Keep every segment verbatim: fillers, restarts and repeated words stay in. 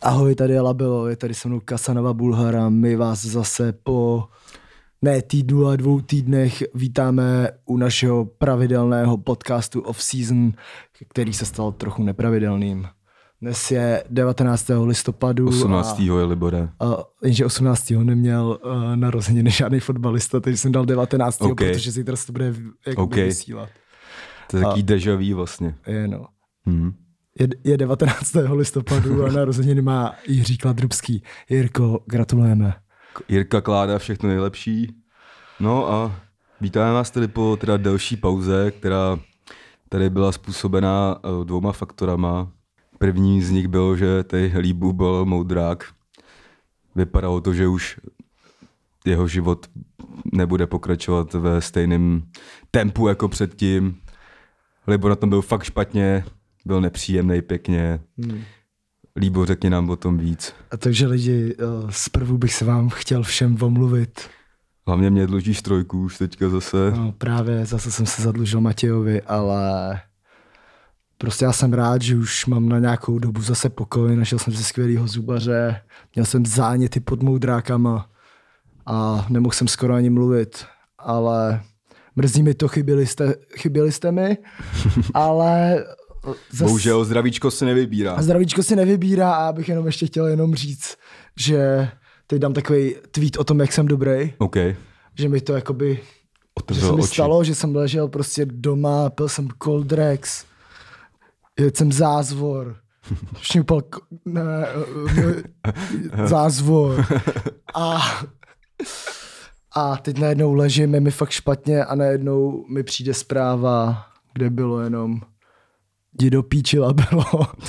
Ahoj, tady je Labelo, je tady se mnou Kasanova Bulhara, my vás zase po ne týdnu, ale dvou týdnech vítáme u našeho pravidelného podcastu Off Season, který se stal trochu nepravidelným. Dnes je devatenáctého listopadu. osmnáctého je Libore. A, jenže osmnáctého neměl uh, narozeniny žádný fotbalista, takže jsem dal devatenáctého Okay. Protože zítra se to bude jako okay. vysílat. To je taký déjà vu vlastně. Je no. Hmm. Je, je devatenáctého listopadu a narozeniny má Jiří Kladrubský. Jirko, gratulujeme. Jirka Kláda, všechno nejlepší. No a vítáme vás tady po teda delší pauze, která tady byla způsobená dvouma faktorama. První z nich byl, že tady Líbu byl moudrák. Vypadalo to, že už jeho život nebude pokračovat ve stejném tempu jako předtím. Libo na tom byl fakt špatně, byl nepříjemný pěkně. Hmm. Líbo, řekni nám o tom víc. A takže lidi, zprvu bych se vám chtěl všem omluvit. Hlavně mě dlužíš trojku už teďka zase. No právě, zase jsem se zadlužil Matějovi, ale prostě já jsem rád, že už mám na nějakou dobu zase pokoj, našel jsem si skvělýho zubaře, měl jsem záněty pod moudrákama a nemohl jsem skoro ani mluvit, ale mrzí mi to, chyběli jste, chyběli jste mi, ale zas... Bohužel zdravíčko si nevybírá. Zdravíčko si nevybírá a bych jenom ještě chtěl jenom říct, že teď dám takový tweet o tom, jak jsem dobrý. Okay. Že mi to jakoby, Otevřel že se mi oči. stalo, že jsem ležel prostě doma, pil jsem Cold Rex, jedl jsem zázvor, šňupal ko- ne, ne, zázvor a, a teď najednou ležím, je mi fakt špatně a najednou mi přijde zpráva, kde bylo jenom jdi do píči Labelo.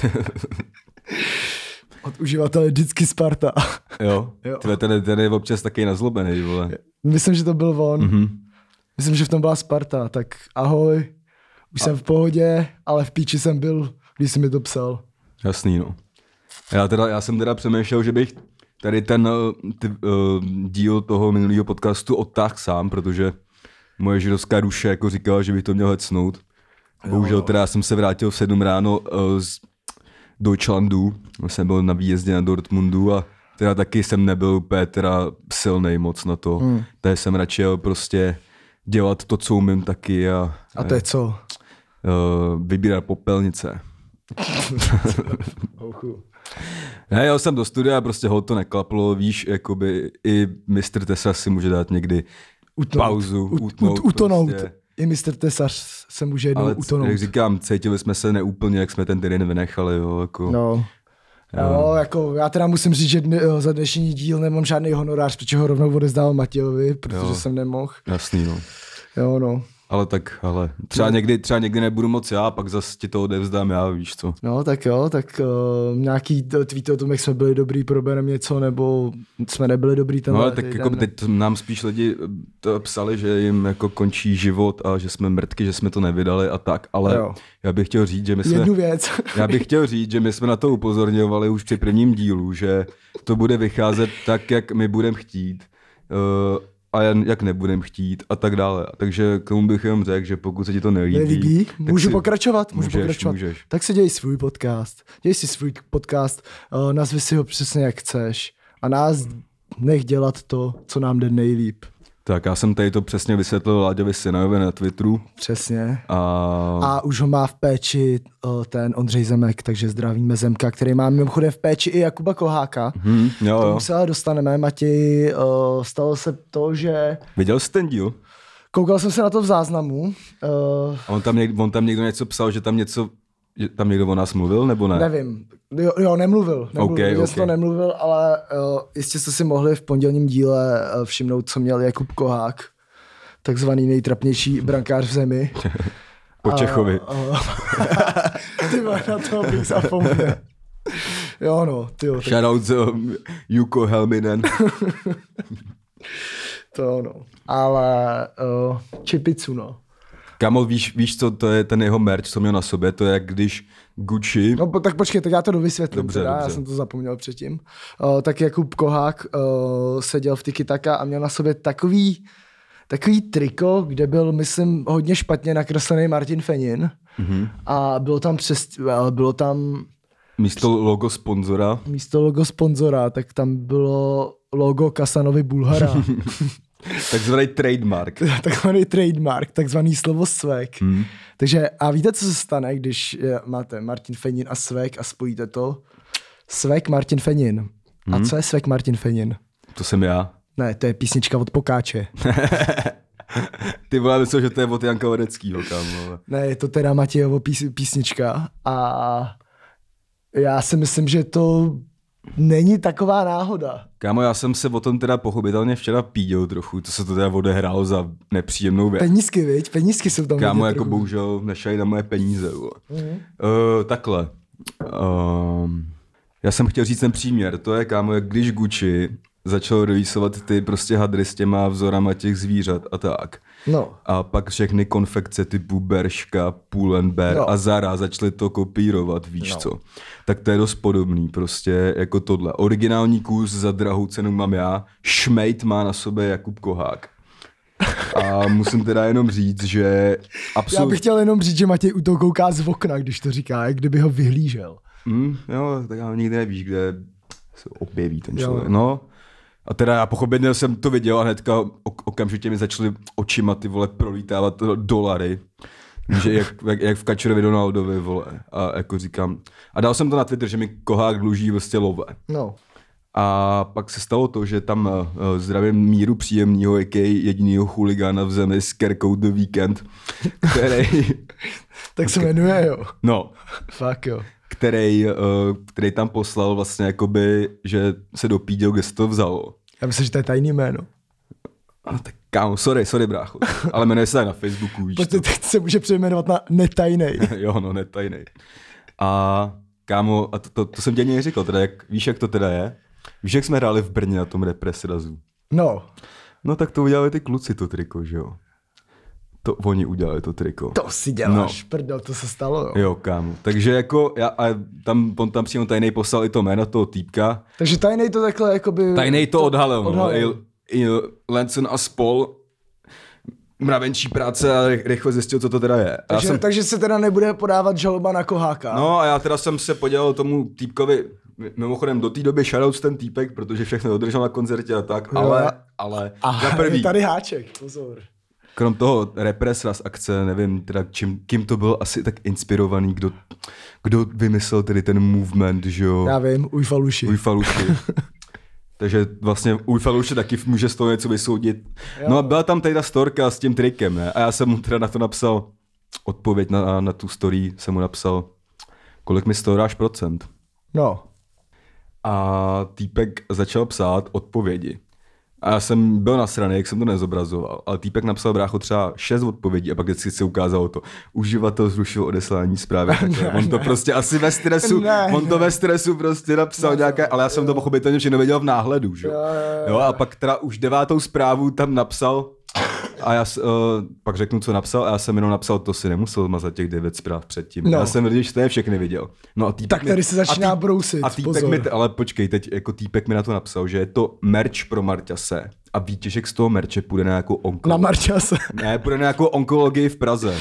Od uživatele vždycky Sparta. Jo, jo. Tve, ten, ten je občas taky nazlobený, vole. Myslím, že to byl on. Mm-hmm. Myslím, že v tom byla Sparta, tak ahoj. Už A... jsem v pohodě, ale v píči jsem byl, když jsi mi to psal. Jasný, no. Já, teda, já jsem teda přemýšlel, že bych tady ten ty, uh, díl toho minulého podcastu odtáhl sám, protože moje židovská duše jako říkala, že bych to měl hecnout. Bohužel teda jsem se vrátil v sedm ráno uh, z Deutschlandu, jsem byl na výjezdě na Dortmundu a teda taky jsem nebyl úplně teda silnej moc na to. Hmm. Takže jsem radši jel prostě dělat to, co umím taky a... A to je co? Uh, vybírat popelnice. Ne, jel jsem do studia a prostě ho to neklaplo, víš, jakoby i mistr Tesař si může dát někdy utnout. pauzu, utnout. Ut, utonout. Prostě. I mistr Tesař se může jednou ale utonout. Ale jak říkám, cítili jsme se neúplně, jak jsme ten týden vynechali, jo, jako... No. Jo, jako já teda musím říct, že dne, za dnešní díl nemám žádný honorář, protože ho rovnou odezdával Matějovi, protože jo. jsem nemohl. Jasný, no. Jo, no. Ale tak, ale třeba, no. někdy, třeba někdy nebudu moc já, pak zase ti to odevzdám já, víš co. No tak jo, tak uh, nějaký tweet o tom, jak jsme byli dobrý, probereme něco, nebo jsme nebyli dobrý tenhle No ale tak týden, jako ne? teď nám spíš lidi to psali, že jim jako končí život a že jsme mrtky, že jsme to nevydali a tak, ale jo. já bych chtěl říct, že my jsme... Jednu věc. já bych chtěl říct, že my jsme na to upozorňovali už při prvním dílu, že to bude vycházet tak, jak my budeme chtít. Uh, a jak nebudem chtít a tak dále. Takže k tomu bych jenom řekl, že pokud se ti to nelíbí... Nelíbí? Můžu si... pokračovat? Můžu můžeš, pokračovat. Můžeš. Tak si děj svůj podcast. Děj si svůj podcast, uh, nazvi si ho přesně jak chceš a nás nech dělat to, co nám jde nejlíp. Tak já jsem tady to přesně vysvětlil Láďovi Synovi na Twitteru. Přesně. A... a už ho má v péči uh, ten Ondřej Zemek, takže zdravíme Zemka, který má mimochodem v péči i Jakuba Koháka. Hmm, jo, K tomu jo. se ale dostaneme. Matěj, uh, stalo se to, že... Viděl jsi ten díl? Koukal jsem se na to v záznamu. Uh... A on tam, někdo, on tam někdo něco psal, že tam něco... Že tam někdo o nás mluvil, nebo ne? Nevím. Jo, jo nemluvil. nemluvil. Okay, okay. okay. to nemluvil, ale uh, jistě jste si mohli v pondělním díle uh, všimnout, co měl Jakub Kohák. Takzvaný nejtrapnější brankář v zemi. Po Čechovi. A, uh, ty na to bych zapomněl. Jo no, ty jo. Shoutout um, Juko Helminen. To no. Ale uh, Čipicu, no. Kámo, víš, víš, co to je ten jeho merch, co měl na sobě? To je jak když Gucci... No tak počkej, tak já to dovysvětlím. Dobře, teda, dobře. Já jsem to zapomněl předtím. Uh, tak Jakub Kohák uh, seděl v Tiki Taka a měl na sobě takový, takový triko, kde byl, myslím, hodně špatně nakreslený Martin Fenin. Mm-hmm. A bylo tam přes... Bylo tam... místo logo sponzora. Místo logo sponzora, tak tam bylo logo Kasanovy Bulhara. Takzvaný trademark. Takzvaný trademark, takzvaný slovo svek. Hmm. Takže a víte, co se stane, když je, máte Martin Fenin a svek a spojíte to? Svek Martin Fenin. Hmm. A co je svek Martin Fenin? To jsem já. Ne, to je písnička od Pokáče. Ty vole, myslím, že to je od Janka Vodeckýho, kámo. Ne, je to teda Matějovo pís, písnička a já si myslím, že to není taková náhoda. Kámo, já jsem se o tom teda pochopitelně včera píděl trochu, to se to teda odehrálo za nepříjemnou věc. Penízky, viď? Penízky jsou tam. Kámo, jako trochu. bohužel nešali na moje peníze. Mm-hmm. Uh, takhle. Uh, já jsem chtěl říct ten příměr, to je, kámo, jak když Gucci začal releaseovat ty prostě hadry s těma vzorama těch zvířat a tak. No. A pak všechny konfekce typu Bershka, Pull&Bear no. a Zara začaly to kopírovat, víš no. co. Tak to je dost podobný, prostě jako tohle. Originální kus za drahou cenu mám já, šmejt má na sobě Jakub Kohák. A musím teda jenom říct, že absolut... Já bych chtěl jenom říct, že Matěj u toho kouká z okna, když to říká, jak kdyby ho vyhlížel. Mm, jo, tak já nikdy nevíš, kde se objeví ten člověk. Jo. No. A teda já pochopitelně jsem to viděl a hnedka okamžitě mi začaly očima ty vole prolítávat dolary. Že jak, jak, jak v Kačerovi Donaldovi, vole. A jako říkám, a dal jsem to na Twitter, že mi Kohák dluží vlastně love. No. A pak se stalo to, že tam uh, zdravím Míru Příjemnýho, jaký jedinýho chuligána v zemi s Kerkou The Weekend, který... Tak se jmenuje, jo. No. Fakt, jo. Který, uh, který tam poslal vlastně jakoby, že se dopíděl, kde se to vzalo. Já myslím, že to je tajný jméno. A tak kámo, sorry, sorry brácho, ale jmenuje se tak na Facebooku, víš Protože teď se může přejmenovat na netajnej. Jo, no, netajnej. A kámo, a to, to, to jsem tě ani neříkal, teda jak, víš, jak to teda je? Víš, jak jsme hráli v Brně na tom represrazu? No. No tak to udělali ty kluci to triko, že jo? To oni udělali to triko. To si děláš, no. Prdel, to se stalo, jo. Jo, kámo. Takže jako, já, a tam, on tam přímo tajnej poslal i to jméno toho týpka. Takže tajnej to takhle, jakoby... Tajnej to, to odhalil, no. odhalil. I, i Lenson a spol, mravenčí práce a rychle zjistil, co to teda je. Takže, jsem... takže se teda nebude podávat žaloba na Koháka. No a já teda jsem se podělal tomu týpkovi, mimochodem do té doby shoutouts ten týpek, protože všechno dodržel na koncertě a tak, jo. ale, ale Aha, za prvý. je tady háček, pozor. Krom toho represras akce, nevím teda čím, kým to byl asi tak inspirovaný, kdo, kdo vymyslel tedy ten movement, že jo. Já vím, Ujfaluši. Ujfaluši. Takže vlastně Ujfaluši taky může z toho něco vysoudit. Jo. No a byla tam tady ta storka s tím trikem, ne? A já jsem mu teda na to napsal odpověď na, na tu story, jsem mu napsal, kolik mi z toho dáš procent. No. A týpek začal psát odpovědi. A já jsem byl nasraný, jak jsem to nezobrazoval, ale týpek napsal brácho třeba šest odpovědí a pak vždycky se ukázalo to. Uživatel zrušil odeslání zprávy. Ne, on to ne. prostě asi ve stresu, ne, on to ve stresu prostě napsal ne, nějaké, ale já jsem jo. to pochopitelně všechno věděl v náhledu, že? Jo, jo, jo, a pak teda už devátou zprávu tam napsal a já uh, pak řeknu, co napsal a já jsem jenom napsal, to si nemusel mazat těch devět zpráv předtím. No. Já jsem viděl, že to je všechny viděl. No a týpek tak tady mi, se začíná a tý, brousit, a týpek pozor. mi, ale počkej, teď jako týpek mi na to napsal, že je to merch pro Marťase a výtěžek z toho merče půjde na nějakou onkologii. Na Marťase. Ne, půjde na nějakou onkologii v Praze.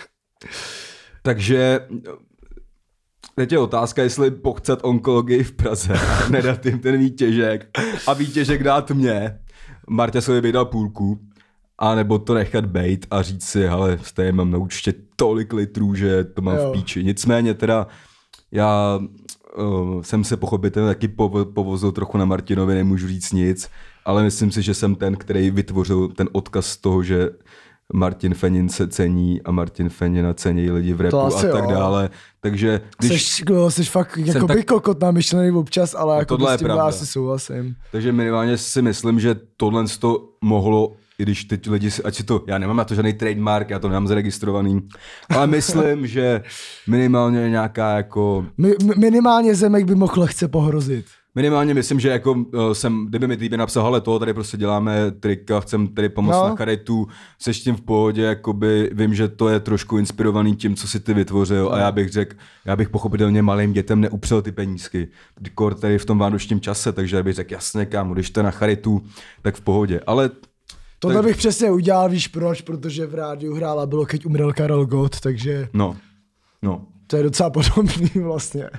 Takže teď je otázka, jestli pochcat onkologii v Praze a nedat jim ten výtěžek a výtěžek dát mě, Marťasovi bych dal půlku, a nebo to nechat bejt a říct si, hele, stejně mám na účtě tolik litrů, že to mám jo. v píči. Nicméně teda já uh, jsem se pochopitelně taky povozil trochu na Martinovi, nemůžu říct nic, ale myslím si, že jsem ten, který vytvořil ten odkaz z toho, že Martin Fenin se cení a Martin Fenina cení lidi v rapu a tak jo. dále. Takže když... Seš, seš fakt jako by tak... kokot namyšlený občas, ale jako s tím asi souhlasím. Takže minimálně si myslím, že tohle to mohlo, i když teď lidi si, ať si to, já nemám na to žádný trademark, já to nemám zaregistrovaný, ale myslím, že minimálně nějaká jako... Mi, minimálně Zemek by mohl lehce pohrozit. Minimálně myslím, že jako uh, jsem, kdyby mi týpek napsal, hele, to tady prostě děláme trika, chcem tady pomoct no. na charitu, seš tím v pohodě, jakoby vím, že to je trošku inspirovaný tím, co si ty vytvořil no. a já bych řekl, já bych pochopitelně malým dětem neupřel ty penízky, kor tady v tom vánočním čase, takže já bych řekl, jasně kámo, když to je na charitu, tak v pohodě, ale... Tohle tak... bych přesně udělal, víš proč, protože v rádiu hrála bylo, keď umřel Karel Gott, takže... No, no. To je docela podobný vlastně.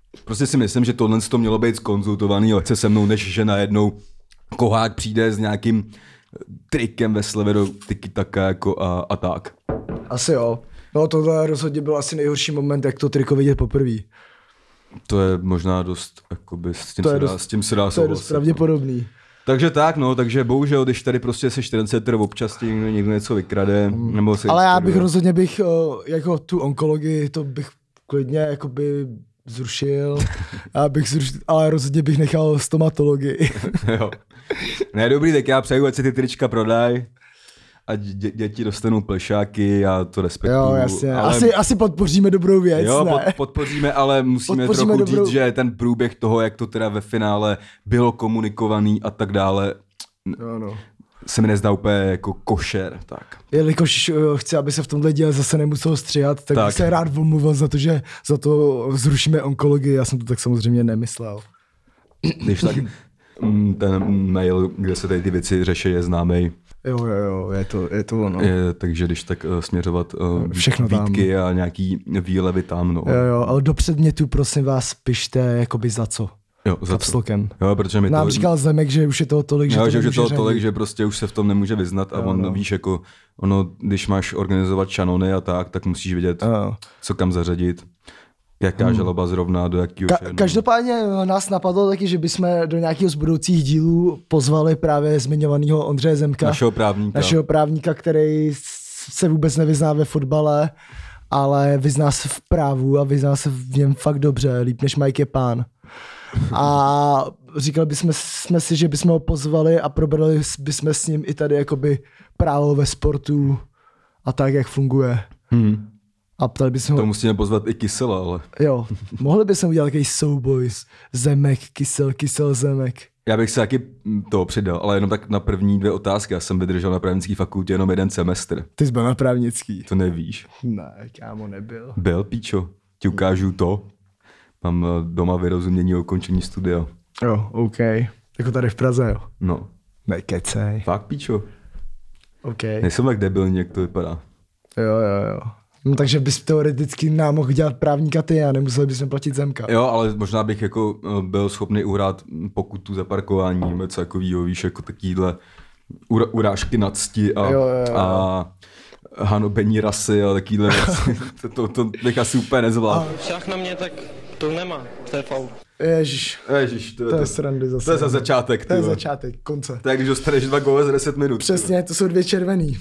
Prostě si myslím, že tohle to mělo být skonzultovaný lehce se mnou, než že najednou Kohák přijde s nějakým trikem ve slevě do tiki-taka jako a, a tak. Asi jo. No tohle rozhodně byl asi nejhorší moment, jak to triko vidět poprvé. To je možná dost, jakoby, s tím, To se, je dá, dost- s tím se dá To je dost souhlasit. pravděpodobný. Takže tak, no, takže bohužel, když tady prostě seš trendsetter občas ti někdo, někdo něco vykrade, nebo se Ale já bych inspiruje. rozhodně bych, o, jako tu onkologii, to bych klidně jakoby zrušil, já bych zrušil, ale rozhodně bych nechal stomatologii. Jo. Ne, dobrý, tak já přeju, ať se ty trička prodají, ať dě, děti dostanou plešáky, já to respektuju. Jo, jasně. ale... Asi, asi podpoříme dobrou věc, Jo, ne? pod, podpoříme, ale musíme Podpoříme trochu dobrou- říct, že ten průběh toho, jak to teda ve finále bylo komunikovaný a tak dále, Jo, no. se mi nezdá úplně jako košer, tak. Jelikož uh, chci, aby se v tomhle díle zase nemuselo stříhat, tak, Tak. bych se rád omluvil za to, že za to zrušíme onkologii. Já jsem to tak samozřejmě nemyslel. Když tak mm, ten mail, kde se tady ty věci řeší, je známý. Jo, jo, jo, je to, je to ono. Je, takže když tak uh, směřovat uh, Všechno tam. výtky a nějaký výlevy tam, no. Jo, jo, ale do předmětu prosím vás pište jakoby za co. Jo, za co? Kapslokem. Jo, protože mi Nám to... říkal Zemek, že už je toho tolik, že Jo, to že už je nemůže toho řadit. tolik, že prostě už se v tom nemůže vyznat a Jo, on no. víš, jako ono, když máš organizovat šanony a tak, tak musíš vědět, Jo. co kam zařadit, jaká hmm. žaloba zrovna, do jakého Ka- šernu. každopádně nás napadlo taky, že bychom do nějakého z budoucích dílů pozvali právě zmiňovaného Ondřeje Zemka, Našeho právníka. našeho právníka, který se vůbec nevyzná ve fotbale, ale vyzná se v právu a vyzná se v něm fakt dobře, líp než Mike je pán. A říkali bychom jsme si, že bychom ho pozvali a probrali bychom s ním i tady jakoby právo ve sportu a tak, jak funguje. Hmm. A ptali bychom To ho, musíme pozvat i Kysela, ale jo, mohli bychom udělat takový souboj, Zemek, Kysel, Kysel, Zemek. já bych se taky to přidal, ale jenom tak na první dvě otázky. Já jsem vydržel na právnické fakultě jenom jeden semestr. Ty jsi byl na právnický. To nevíš. Ne, kámo, nebyl. Byl, píčo. Ti ukážu to. Mám eh, doma vyrozumění o ukončení studia. Jo, OK. Jako tady v Praze, jo. No, Nekecej. fakt, píčo. OK. Nejsem tak debilní, jak to vypadá. Jo, jo, jo. No takže bys teoreticky nám mohl dělat právníka ty a nemuseli bychom platit Zemka. Jo, ale možná bych jako eh, byl schopný uhrát pokutu za parkování, nebo něco takovýho, víš, jako takovýhle ura- urážky na cti a, Jo, jo, jo. a hanobení rasy a takovýhle věci. to, to, to bych asi úplně nezvládl. Šach na mě, tak to nemá, to je faul. Ježiš, Ježiš, to, to je srandy zase. to je za začátek. To je ty vole. začátek, konce. To je, když dostaneš dva góly za deset minut. Přesně, to jsou dvě červený.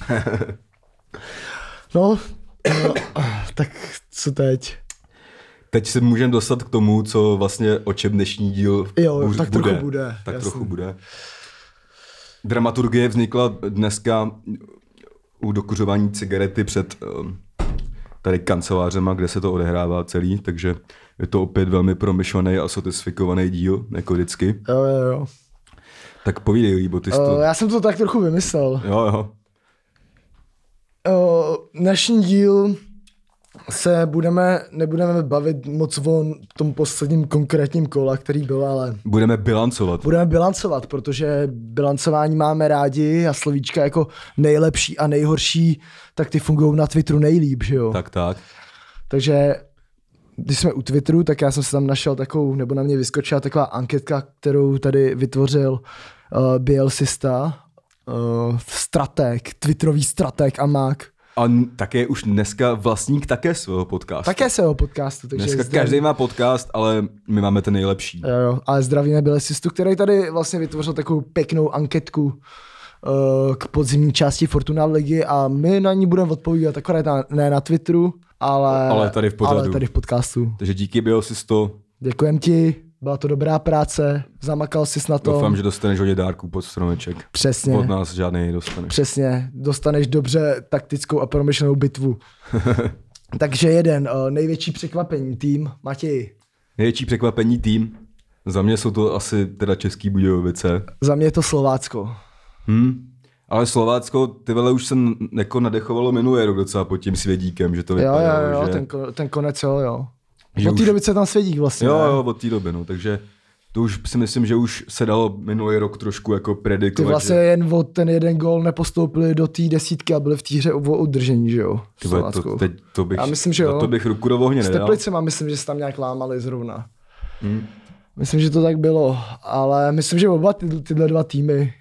No, no, tak co teď? Teď se můžeme dostat k tomu, co vlastně o čem dnešní díl Jo, bu- tak trochu bude, Tak jasný. trochu bude. Dramaturgie vznikla dneska u dokuřování cigarety před um, tady kancelářema, kde se to odehrává celý, takže je to opět velmi promyšlený a sotifikovaný díl, jako vždycky. Jo, jo, jo. Tak povídej, Líbo, ty jsi to... Uh, já jsem to tak trochu vymyslel. Jo, jo. Uh, dnešní díl se budeme, nebudeme bavit moc o tom posledním konkrétním kola, který byl, ale Budeme bilancovat. budeme bilancovat, protože bilancování máme rádi a slovíčka jako nejlepší a nejhorší, tak ty fungují na Twitteru nejlíp, že jo? Tak, tak. Takže když jsme u Twitteru, tak já jsem se tam našel takovou, nebo na mě vyskočila taková anketka, kterou tady vytvořil uh, BLSista, uh, strateg, twitterový strateg a mák. A n- také už dneska vlastník také svého podcastu. Také se o podcastu, takže Dneska zdraví- každý má podcast, ale my máme ten nejlepší. Jo, jo, ale zdravíme BLSistu, který tady vlastně vytvořil takovou pěknou anketku uh, k podzimní části Fortuna ligy a my na ní budeme odpovídat akorát na, ne na Twitteru, ale, Ale tady v pořadu. ale tady v podcastu. Takže díky, Biosisto. Děkujem ti, byla to dobrá práce, zamakal jsi na to. Doufám, že dostaneš hodně dárků pod stromeček. Přesně. Od nás žádný nedostaneš. Přesně, dostaneš dobře taktickou a promyšlenou bitvu. Takže jeden, uh, největší překvapení, tým, Matěj. Největší překvapení tým. Za mě jsou to asi teda Český Budějovice. Za mě je to Slovácko. Hm. Ale Slovácko, ty vele už se n- jako nadechovalo minulý rok docela pod tím Svědíkem, že to Jo, vypadalo, jo, jo, že... ten, ko- ten konec, jo, jo. Že Od té už- doby se tam Svědík vlastně. Jo, ne? jo, od té doby, no, takže to už si myslím, že už se dalo minulý rok trošku jako Ty predikovat, vlastně že... jen od ten jeden gól nepostoupili do té desítky a byli v té hře o udržení, že jo? Ty vole, Slovácko. to, teď, to bych, Já myslím, že za jo. to bych ruku do ohně S nedal. Teplicema myslím, že se tam nějak lámali zrovna. Hmm. Myslím, že to tak bylo, ale myslím, že oba ty, tyhle dva týmy,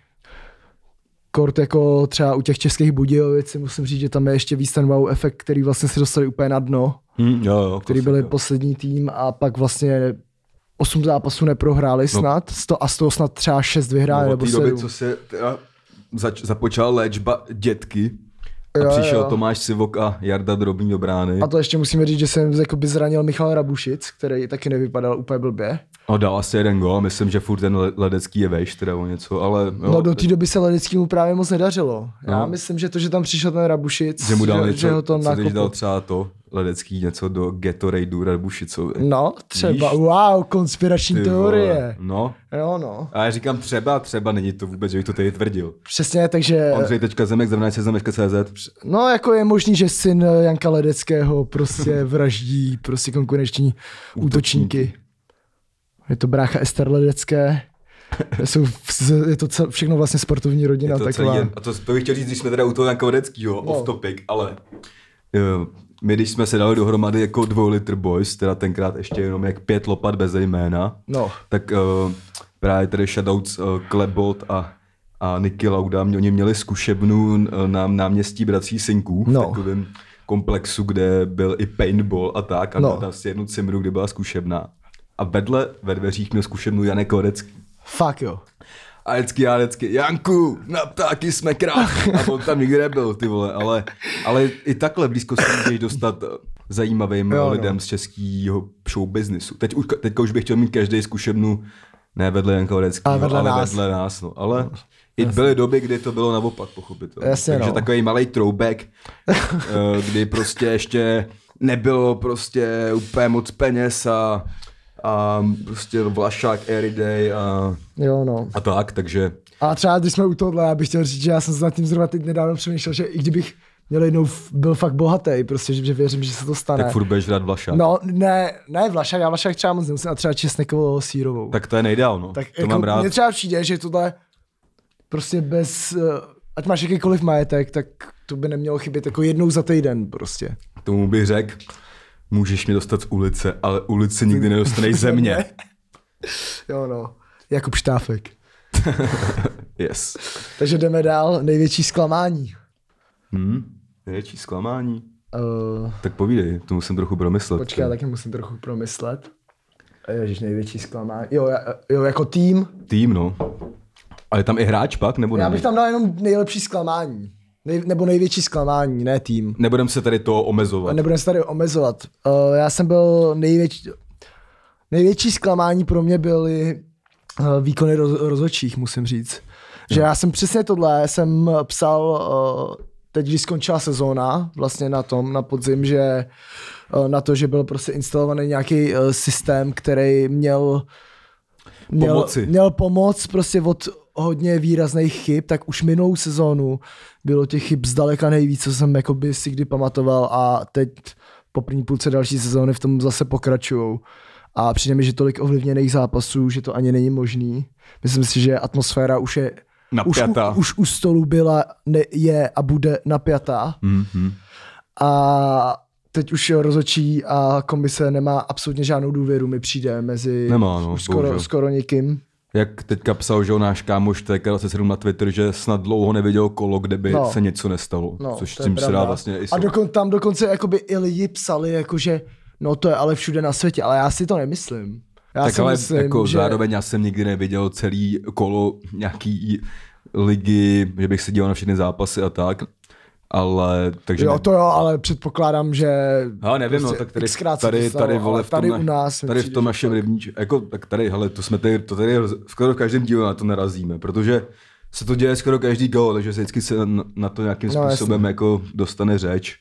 kort jako třeba u těch českých Budějovic, musím říct, že tam je ještě víc ten wow efekt, který vlastně se dostali úplně na dno, Hmm, jo, jo, který byli poslední tým a pak vlastně osm zápasů neprohráli snad, no. a z toho snad třeba šest vyhráli no, nebo sedm. doby, co se teda zač- započala léčba dětky a jo, přišel jo. Tomáš Sivok a Jarda Drobný do brány. A to ještě musíme říct, že jsem jakoby zranil Michal Rabušic, který taky nevypadal úplně blbě. A dal asi jeden gól, myslím, že furt ten Ledecký je vejš, teda o něco, ale... Jo, no do té doby se Ledeckýmu právě moc nedařilo. Já no. myslím, že to, že tam přišel ten Rabušic, že mu dal že, něco, že ho to co když dal nakopl. třeba to Ledecký něco do Gatoradu Rabušicovi. No, třeba, Víš? Wow, konspirační Ty teorie. vole, no. Jo, no. A já říkám třeba, třeba není to vůbec, že bych to tady tvrdil. Přesně, takže... Ondřej.zemek, znamená se zemek tečka cé zet. No, jako je možný, že syn Janka Ledeckého prostě vraždí prostě konkurenční útočníky. Je to brácha Ester Ledecké. Jsou, je to cel, všechno vlastně sportovní rodina. Je to taková. celý, a to, to bych chtěl říct, když jsme teda u toho Janka Ledeckého, No. off topic, ale jo, my když jsme se dali dohromady jako dvou litr boys, teda tenkrát ještě jenom jak pět lopat bez jména, No. tak uh, právě tady shoutouts uh, Klebot a a Niky Lauda, oni měli zkušebnu na náměstí Bratří Synků, v No. takovém komplexu, kde byl i paintball a tak, a No. měl tam si jednu cimru, kde byla zkušebna. A vedle ve dveřích měl zkušebnu Janek Ledecký. Fakt jo. A vždycky já vždycky, Janku, na ptáky jsme krát. A on tam nikdy nebyl, ty vole, ale, ale i takhle blízko se můžeš dostat zajímavým Jo, no. lidem z českého show businessu. Teď už, teďka už bych chtěl mít každý zkušebnu, ne vedle Janka Ledeckého, Ale vedle ale nás. vedle nás. No. Ale no, i byly doby, kdy to bylo naopak, pochopitelně. Jasně, Takže no. takový malý throwback, eh, kdy prostě ještě nebylo prostě úplně moc peněz a, a prostě Vlašák everyday a, Jo, no. a tak, takže A třeba když jsme u tohohle, já bych chtěl říct, že já jsem se nad tím zrovna teď nedávno přemýšlel, že i kdybych měl jednou f- byl fakt bohatý, prostě, že, že věřím, že se to stane. tak furt budeš rád Vlašák. No, ne, ne Vlašák, já Vlašák třeba moc nemusím, a třeba česnekovou sírovou. Tak to je nejdál, no. tak to jako, mám rád. mně třeba přijde, že tohle prostě bez, uh, ať máš jakýkoliv majetek, tak to by nemělo chybět jako jednou za týden prostě. Tomu bych řekl, můžeš mě dostat z ulice, ale ulice nikdy nedostaneš ze mě. Jo no, Jakub Štáfek. Yes. Takže jdeme dál, největší zklamání. Hmm, největší zklamání. Uh, Tak povídej, to musím trochu promyslet. počkej, já taky musím trochu promyslet. Ježiš, největší zklamání. Jo, já, jo, jako tým. Tým, no. A je tam i hráč pak, nebo Já ne? bych tam dal jenom nejlepší zklamání. Nej, nebo největší zklamání, ne tým. Nebudem se tady to omezovat. Nebudeme se tady omezovat. Uh, já jsem byl největší... Největší zklamání pro mě byly uh, výkony roz, rozhodčích, musím říct. Že já jsem přesně tohle, jsem psal, uh, teď když skončila sezóna, vlastně na tom, na podzim, že uh, na to, že byl prostě instalovaný nějaký uh, systém, který měl měl, Pomoci. měl pomoc prostě od hodně výrazných chyb, tak už minulou sezónu bylo těch chyb zdaleka nejvíc, co jsem jakoby si kdy pamatoval a teď po první půlce další sezóny v tom zase pokračujou. A přijde mi, že tolik ovlivněných zápasů, že to ani není možný. Myslím si, že atmosféra už je Napjatá. Už, u- už u stolu byla, ne, je a bude napjatá. Mm-hmm. A teď už rozhodčí a komise nemá absolutně žádnou důvěru, mi přijde mezi Nemá, no, už skoro, bohužel. skoro nikým. Jak teďka psal, že náš kámoš T K dvacet sedm na Twitter, že snad dlouho neviděl kolo, kde by No. se něco nestalo. No, což to je tím se dá pravda. vlastně i A dokon, tam dokonce jakoby i lidi psali, jakože no to je ale všude na světě, ale já si to nemyslím. Já tak si ale myslím, jako že... zároveň já jsem nikdy neviděl celý kolo nějaký ligy, že bych se díval na všechny zápasy a tak, ale takže Jo, ne, to jo, ale předpokládám, že... ale nevím, prostě no, tak tady, xkrát se to tady, stalo, tady, vole, ale v tom, tady na- u nás mi tady v přijde, tom že našem fakt. rybníčku, jako, tak tady, hele, to jsme tady, to tady skoro v každém dílu na to narazíme, protože se to děje skoro každý gol, takže se vždycky se na, na to nějakým No, způsobem jasně. jako dostane řeč.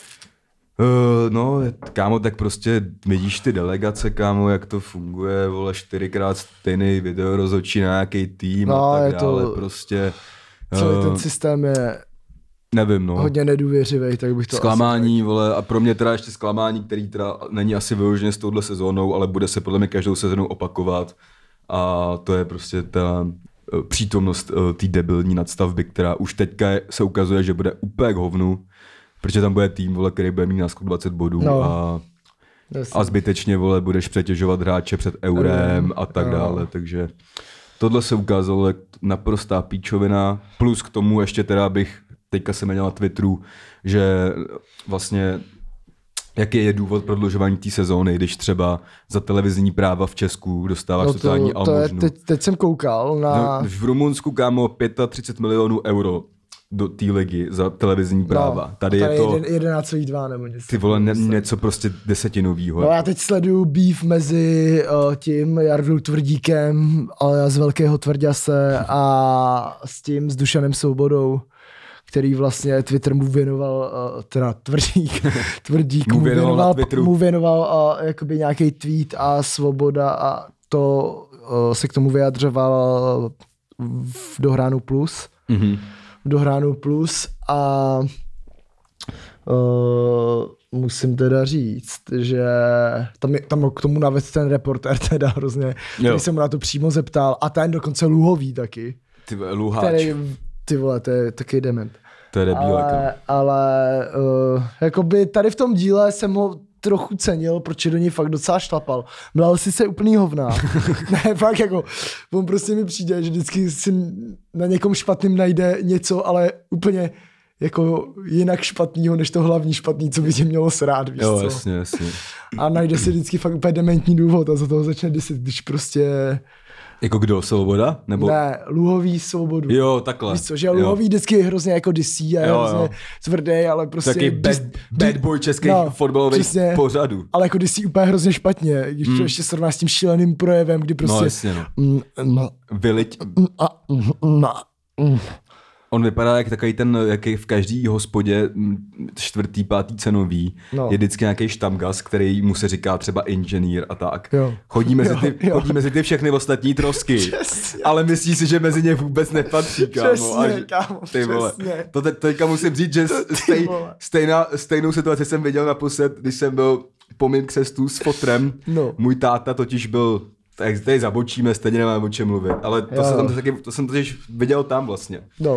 Uh, no, kámo, tak prostě vidíš ty delegace, kámo, jak to funguje, vole, čtyřikrát stejný video rozhodčí na nějaký tým No, a je tak to- dále, prostě. Celý eh, ten systém je nevím, no. hodně nedůvěřivý, tak bych to Zklamání, vole, a pro mě teda ještě zklamání, který teda není asi vyloženě s touhle sezónou, ale bude se podle mě každou sezónou opakovat. A to je prostě ta eh, přítomnost eh, té debilní nadstavby, která už teďka je- se ukazuje, že bude úplně k hovnu, protože tam bude tým, vole, který bude mít náskok dvacet bodů No. a Jasně. A zbytečně, vole, budeš přetěžovat hráče před eurem a tak dále, takže tohle se ukázalo jak naprostá píčovina, plus k tomu ještě teda bych, teďka jsem měl na Twitteru, že vlastně jaký je důvod prodlužování té sezóny, když třeba za televizní práva v Česku dostáváš no totální to, to je, almužnu. teď, teď jsem koukal na... No, v Rumunsku, kámo, třicet pět milionů euro do té ligy za televizní práva. No, tady, tady je to... jedenáct celá dva nebo něco. Ty vole, ne, něco prostě desetinovýho. No já teď sleduju beef mezi uh, tím Jardou Tvrdíkem, ale z Velkého Tvrďase a s tím, s Dušanem Svobodou, který vlastně Twitter mu věnoval, uh, teda Tvrdík, Tvrdík mu, mu věnoval, věnoval, mu věnoval uh, jakoby nějaký tweet a Svoboda a to uh, se k tomu vyjadřoval v Dohránu Plus. Mm-hmm. V Dohránu Plus a uh, musím teda říct, že tam, je, tam k tomu navedl ten reportér teda hrozně, který se mu na to přímo zeptal a ten dokonce Luhový taky. Ty vole, Luháč. Který, ty vole, to je taky dement. To je debílek. Ale, ale uh, jakoby tady v tom díle jsem ho trochu cenil, protože do něj fakt docela šlapal. Mlel si se úplný hovná. Ne, fakt jako, on prostě mi přijde, že vždycky si na někom špatným najde něco, ale úplně jako jinak špatného, než to hlavní špatný, co by tě mělo srát, víš Jo, co? jasně, jasně. A najde si vždycky fakt úplně dementní důvod a za toho začne disit, když prostě... Jako kdo, Svoboda? Nebo... Ne, Luhový Svobodu. Jo, takhle. Víš co, že Luhový vždycky hrozně jako disí a je Jo, hrozně jo. tvrdý, ale prostě... Taky bad, dis- bad boy českých no, fotbalových přesně. pořadů. Ale jako disí úplně hrozně špatně, když to ještě srovná s tím šíleným projevem, kdy prostě... No jasně, no. Mm, no, Vyliť. mm, a, mm, no, mm. On vypadá jak takový ten, jaký v každý hospodě mm, čtvrtý, pátý cenový, No. je vždycky nějaký štamgas, který mu se říká třeba inženýr a tak. Jo. Chodí mezi ty, Jo, jo. chodí mezi ty všechny ostatní trosky, Přesně. ale myslí si, že mezi ně vůbec nepatří, kámo. Přesně, A že- kámo, ty vole. přesně. To te, teďka musím říct, že To ty stej, vole. stejná, stejnou situaci jsem viděl naposled, když jsem byl po mým křestu s fotrem. No. Můj táta totiž byl, tak tady zabočíme, stejně nemáme o čem mluvit, ale to, Jo. se tam taky, to jsem totiž viděl tam vlastně. No. Uh,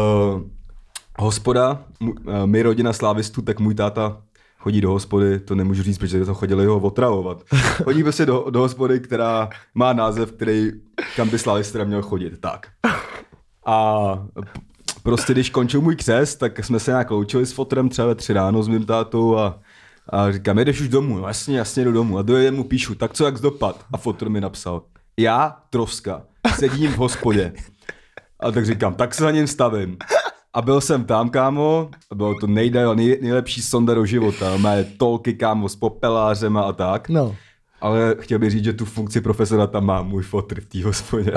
hospoda, mu, uh, my rodina slávistů, tak můj táta chodí do hospody, to nemůžu říct, protože to chodili ho otravovat. Chodí prostě do, do hospody, která má název, který, kam by slávista měl chodit. Tak. A p- prostě když končil můj křest, tak jsme se nějak loučili s fotrem třeba ve tři ráno s mým tátou a, a říkám, jdeš už domů? No jasně, jasně jdu domů. A dojedem mu píšu, tak co, jak zdopad? A fotr mi napsal, já, troska, sedím v hospodě. A tak říkám, tak se za ním stavím. A byl jsem tam, kámo, a bylo to nejde, nej, nejlepší sonda do života. Má tolky, kámo, s popelářema a tak. No. Ale chtěl bych říct, že tu funkci profesora tam má můj fotr v té hospodě.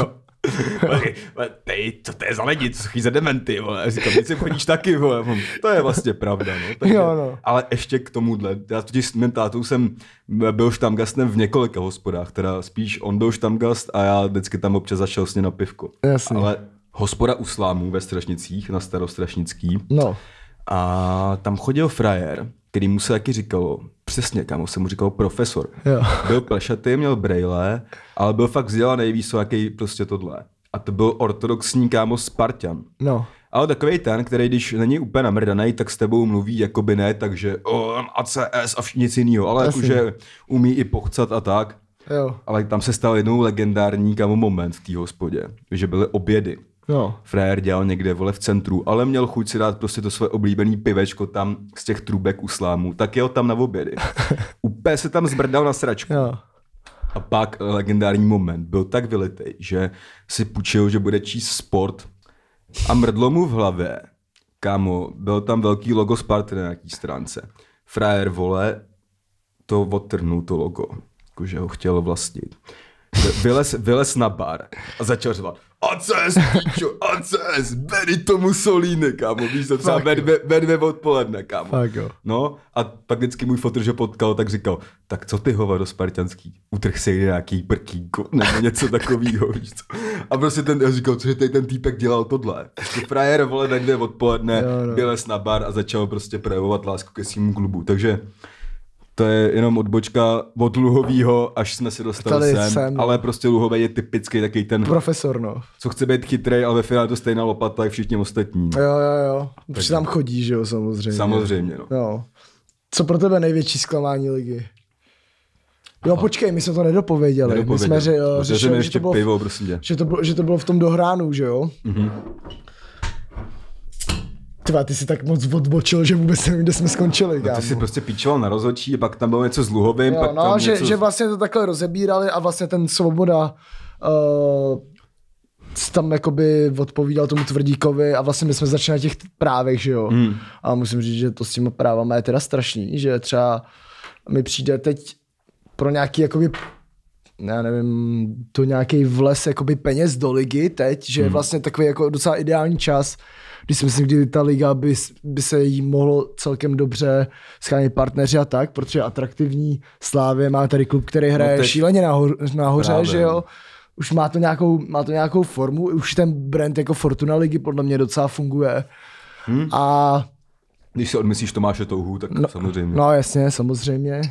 Tej, co to je za lidi, co chodí za dementy, vole. A říkám, teď sem chodíš taky, vole. To je vlastně pravda, no. Takže, Jo, no. ale ještě k tomuhle. Já totiž s mým tátou jsem byl štamgastem v několika hospodách, teda spíš on byl štamgast a já vždycky tam občas zašel s ním na pivko. Jasně. Ale hospoda u Slámů ve Strašnicích, na Starostrašnický. No. A tam chodil frajer, který mu se taky říkalo, přesně, kámo, se mu říkalo profesor. Jo. Byl plešatý, měl brejle, ale byl fakt vzdělaný, víš, jaký prostě tohle. A to byl ortodoxní, kámo, Spartan. No. Ale takovej ten, který když není úplně namrdanej, tak s tebou mluví jakoby ne, takže oh, A C S a nic jinýho, ale Jasně. jakože umí i pochcat a tak. Jo. Ale tam se stal jednou legendární, kámo, moment v té hospodě, že byly obědy. No. Frajer dělal někde, vole, v centru, ale měl chuť si dát prostě to své oblíbený pivečko tam z těch trubek u Slámu, tak jel tam na obědy. Úplně se tam zbrdal na sračku. Jo. A pak legendární moment, byl tak vylitej, že si půjčil, že bude číst sport a mrdlo mu v hlavě. Kámo, byl tam velký logo Sparty na nějaký stránce. Frajer, vole, to odtrhnul to logo, jakože ho chtěl vlastnit. Vylez, vylez na bar a začal řvat A C S, píčo, A C S, Benito Mussolini, kámo, víš to třeba ve dvě, ve dvě odpoledne, kámo. Fakt jo. No a pak vždycky můj fotr, že potkal, tak říkal, tak co ty hovado spartanský, utrh si nějaký prkínko, nebo něco takovýho, víš co. A prostě ten, já říkal, že tady ten týpek dělal tohle. Prostě frajer, vole, ve dvě odpoledne, Jo, no. vylez na bar a začal prostě projevovat lásku ke svým klubu, takže to je jenom odbočka od Luhovýho, až jsme se dostali Tady sem, sem, no. ale prostě Luhový je typický takový ten, Profesor, no. co chce být chytrej, ale ve finále to stejná lopata, jak všichni ostatní. Jo, jo, jo. Protože tam chodí, že jo, samozřejmě. Samozřejmě, no. Jo. Co pro tebe největší zklamání ligy? Jo, počkej, my jsme to nedopověděli. Nedopověděli. My jsme že, Protože řešili, ještě že, to bylo, pivo, prosím tě. že, to bylo, že to bylo v tom dohránu, že jo? Mhm. Tyva, ty jsi tak moc odbočil, že vůbec nevím, kde jsme skončili. No, ty jsi prostě píčoval na rozhodčí, pak tam bylo něco s Luhovým, jo, pak no, tam že, něco... že vlastně to takhle rozebírali a vlastně ten Svoboda uh, tam jakoby odpovídal tomu Tvrdíkovi a vlastně my jsme začali na těch právech, že jo. Hmm. A musím říct, že to s těma právama je teda strašný, že třeba mi přijde teď pro nějaký jakoby já nevím, to nějaký vles jakoby peněz do ligy teď, že je Hmm. vlastně takový jako docela ideální čas, když si myslím, kdy ta liga by, by se jí mohlo celkem dobře schránit partneři a tak, protože je atraktivní. Slávě má tady klub, který hraje teď- šíleně nahoře, nahoře Právě. že jo. Už má to, nějakou, má to nějakou formu, už ten brand jako Fortuna ligy podle mě docela funguje. Hmm. A Když si odmyslíš Tomáše Touhu, tak No, samozřejmě. no jasně, samozřejmě.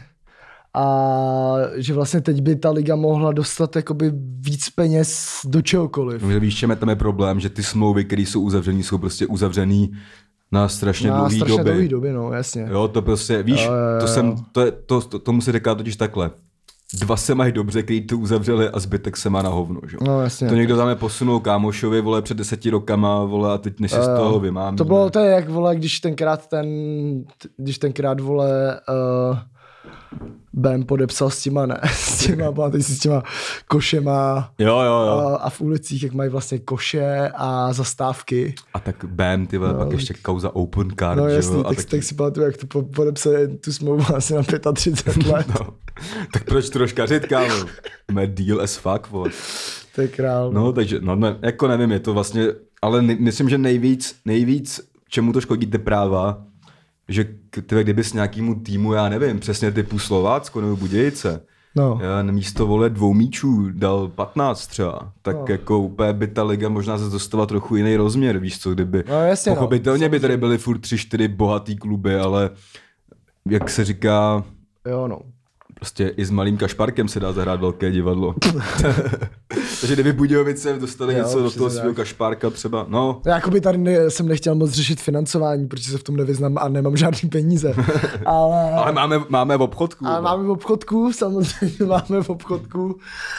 A že vlastně teď by ta liga mohla dostat jakoby víc peněz do čehokoliv. No, že víš, čem je tam je problém, že ty smlouvy, které jsou uzavřený, jsou prostě uzavřený na strašně Na dlouhý strašně doby. dlouhý doby, no jasně. Jo, to prostě, víš, Jo, jo, jo. to jsem, to, je, to, to, tomu se říká totiž takhle. Dva se mají dobře, který to uzavřeli a zbytek se má na hovno, že? No jasně. To někdo tam je posunul kámošovi, vole, před deseti rokama, vole, a teď než si z Jo, jo. toho vymámí. To bylo to je jak, vole, když tenkrát ten, t- když tenkrát, vole, uh, Bem podepsal s těma, ne, s těma, pamatuješ si s těma košema Jo, jo, jo. a, a v ulicích, jak mají vlastně koše a zastávky. A tak bam, ty vole, No, pak ještě kauza Open Card, No že jasný, jo, a tak, taky- tak si pamatuju, jak to po, podepsali tu smlouvu asi na třicet pět let. No, tak proč troška říct, kámo? Mad deal as fuck, vole. To je král. No, takže, no, ne, jako nevím, je to vlastně, ale ne, myslím, že nejvíc, nejvíc, čemu to škodí ty práva, že k- ty, kdybys nějakému týmu, já nevím, přesně typu Slovácko nebo Budějice, No. já na místo, vole, dvou míčů dal patnáct třeba, tak No. jako úplně by ta liga možná se dostala trochu jiný rozměr, víš co, kdyby, No, jasně, no. pochopitelně by tady byly furt tři, čtyři bohatý kluby, ale jak se říká, Jo, no. prostě i s malým Kašparkem se dá zahrát velké divadlo. Takže kdyby Budějovice dostali Jo, něco do přesně toho tak. svého Kašpárka třeba, no, Já jakoby tady ne, jsem nechtěl moc řešit financování, protože se v tom nevyznám a nemám žádný peníze. Ale, ale máme, máme v obchodku. ale máme v obchodku, samozřejmě máme v obchodku.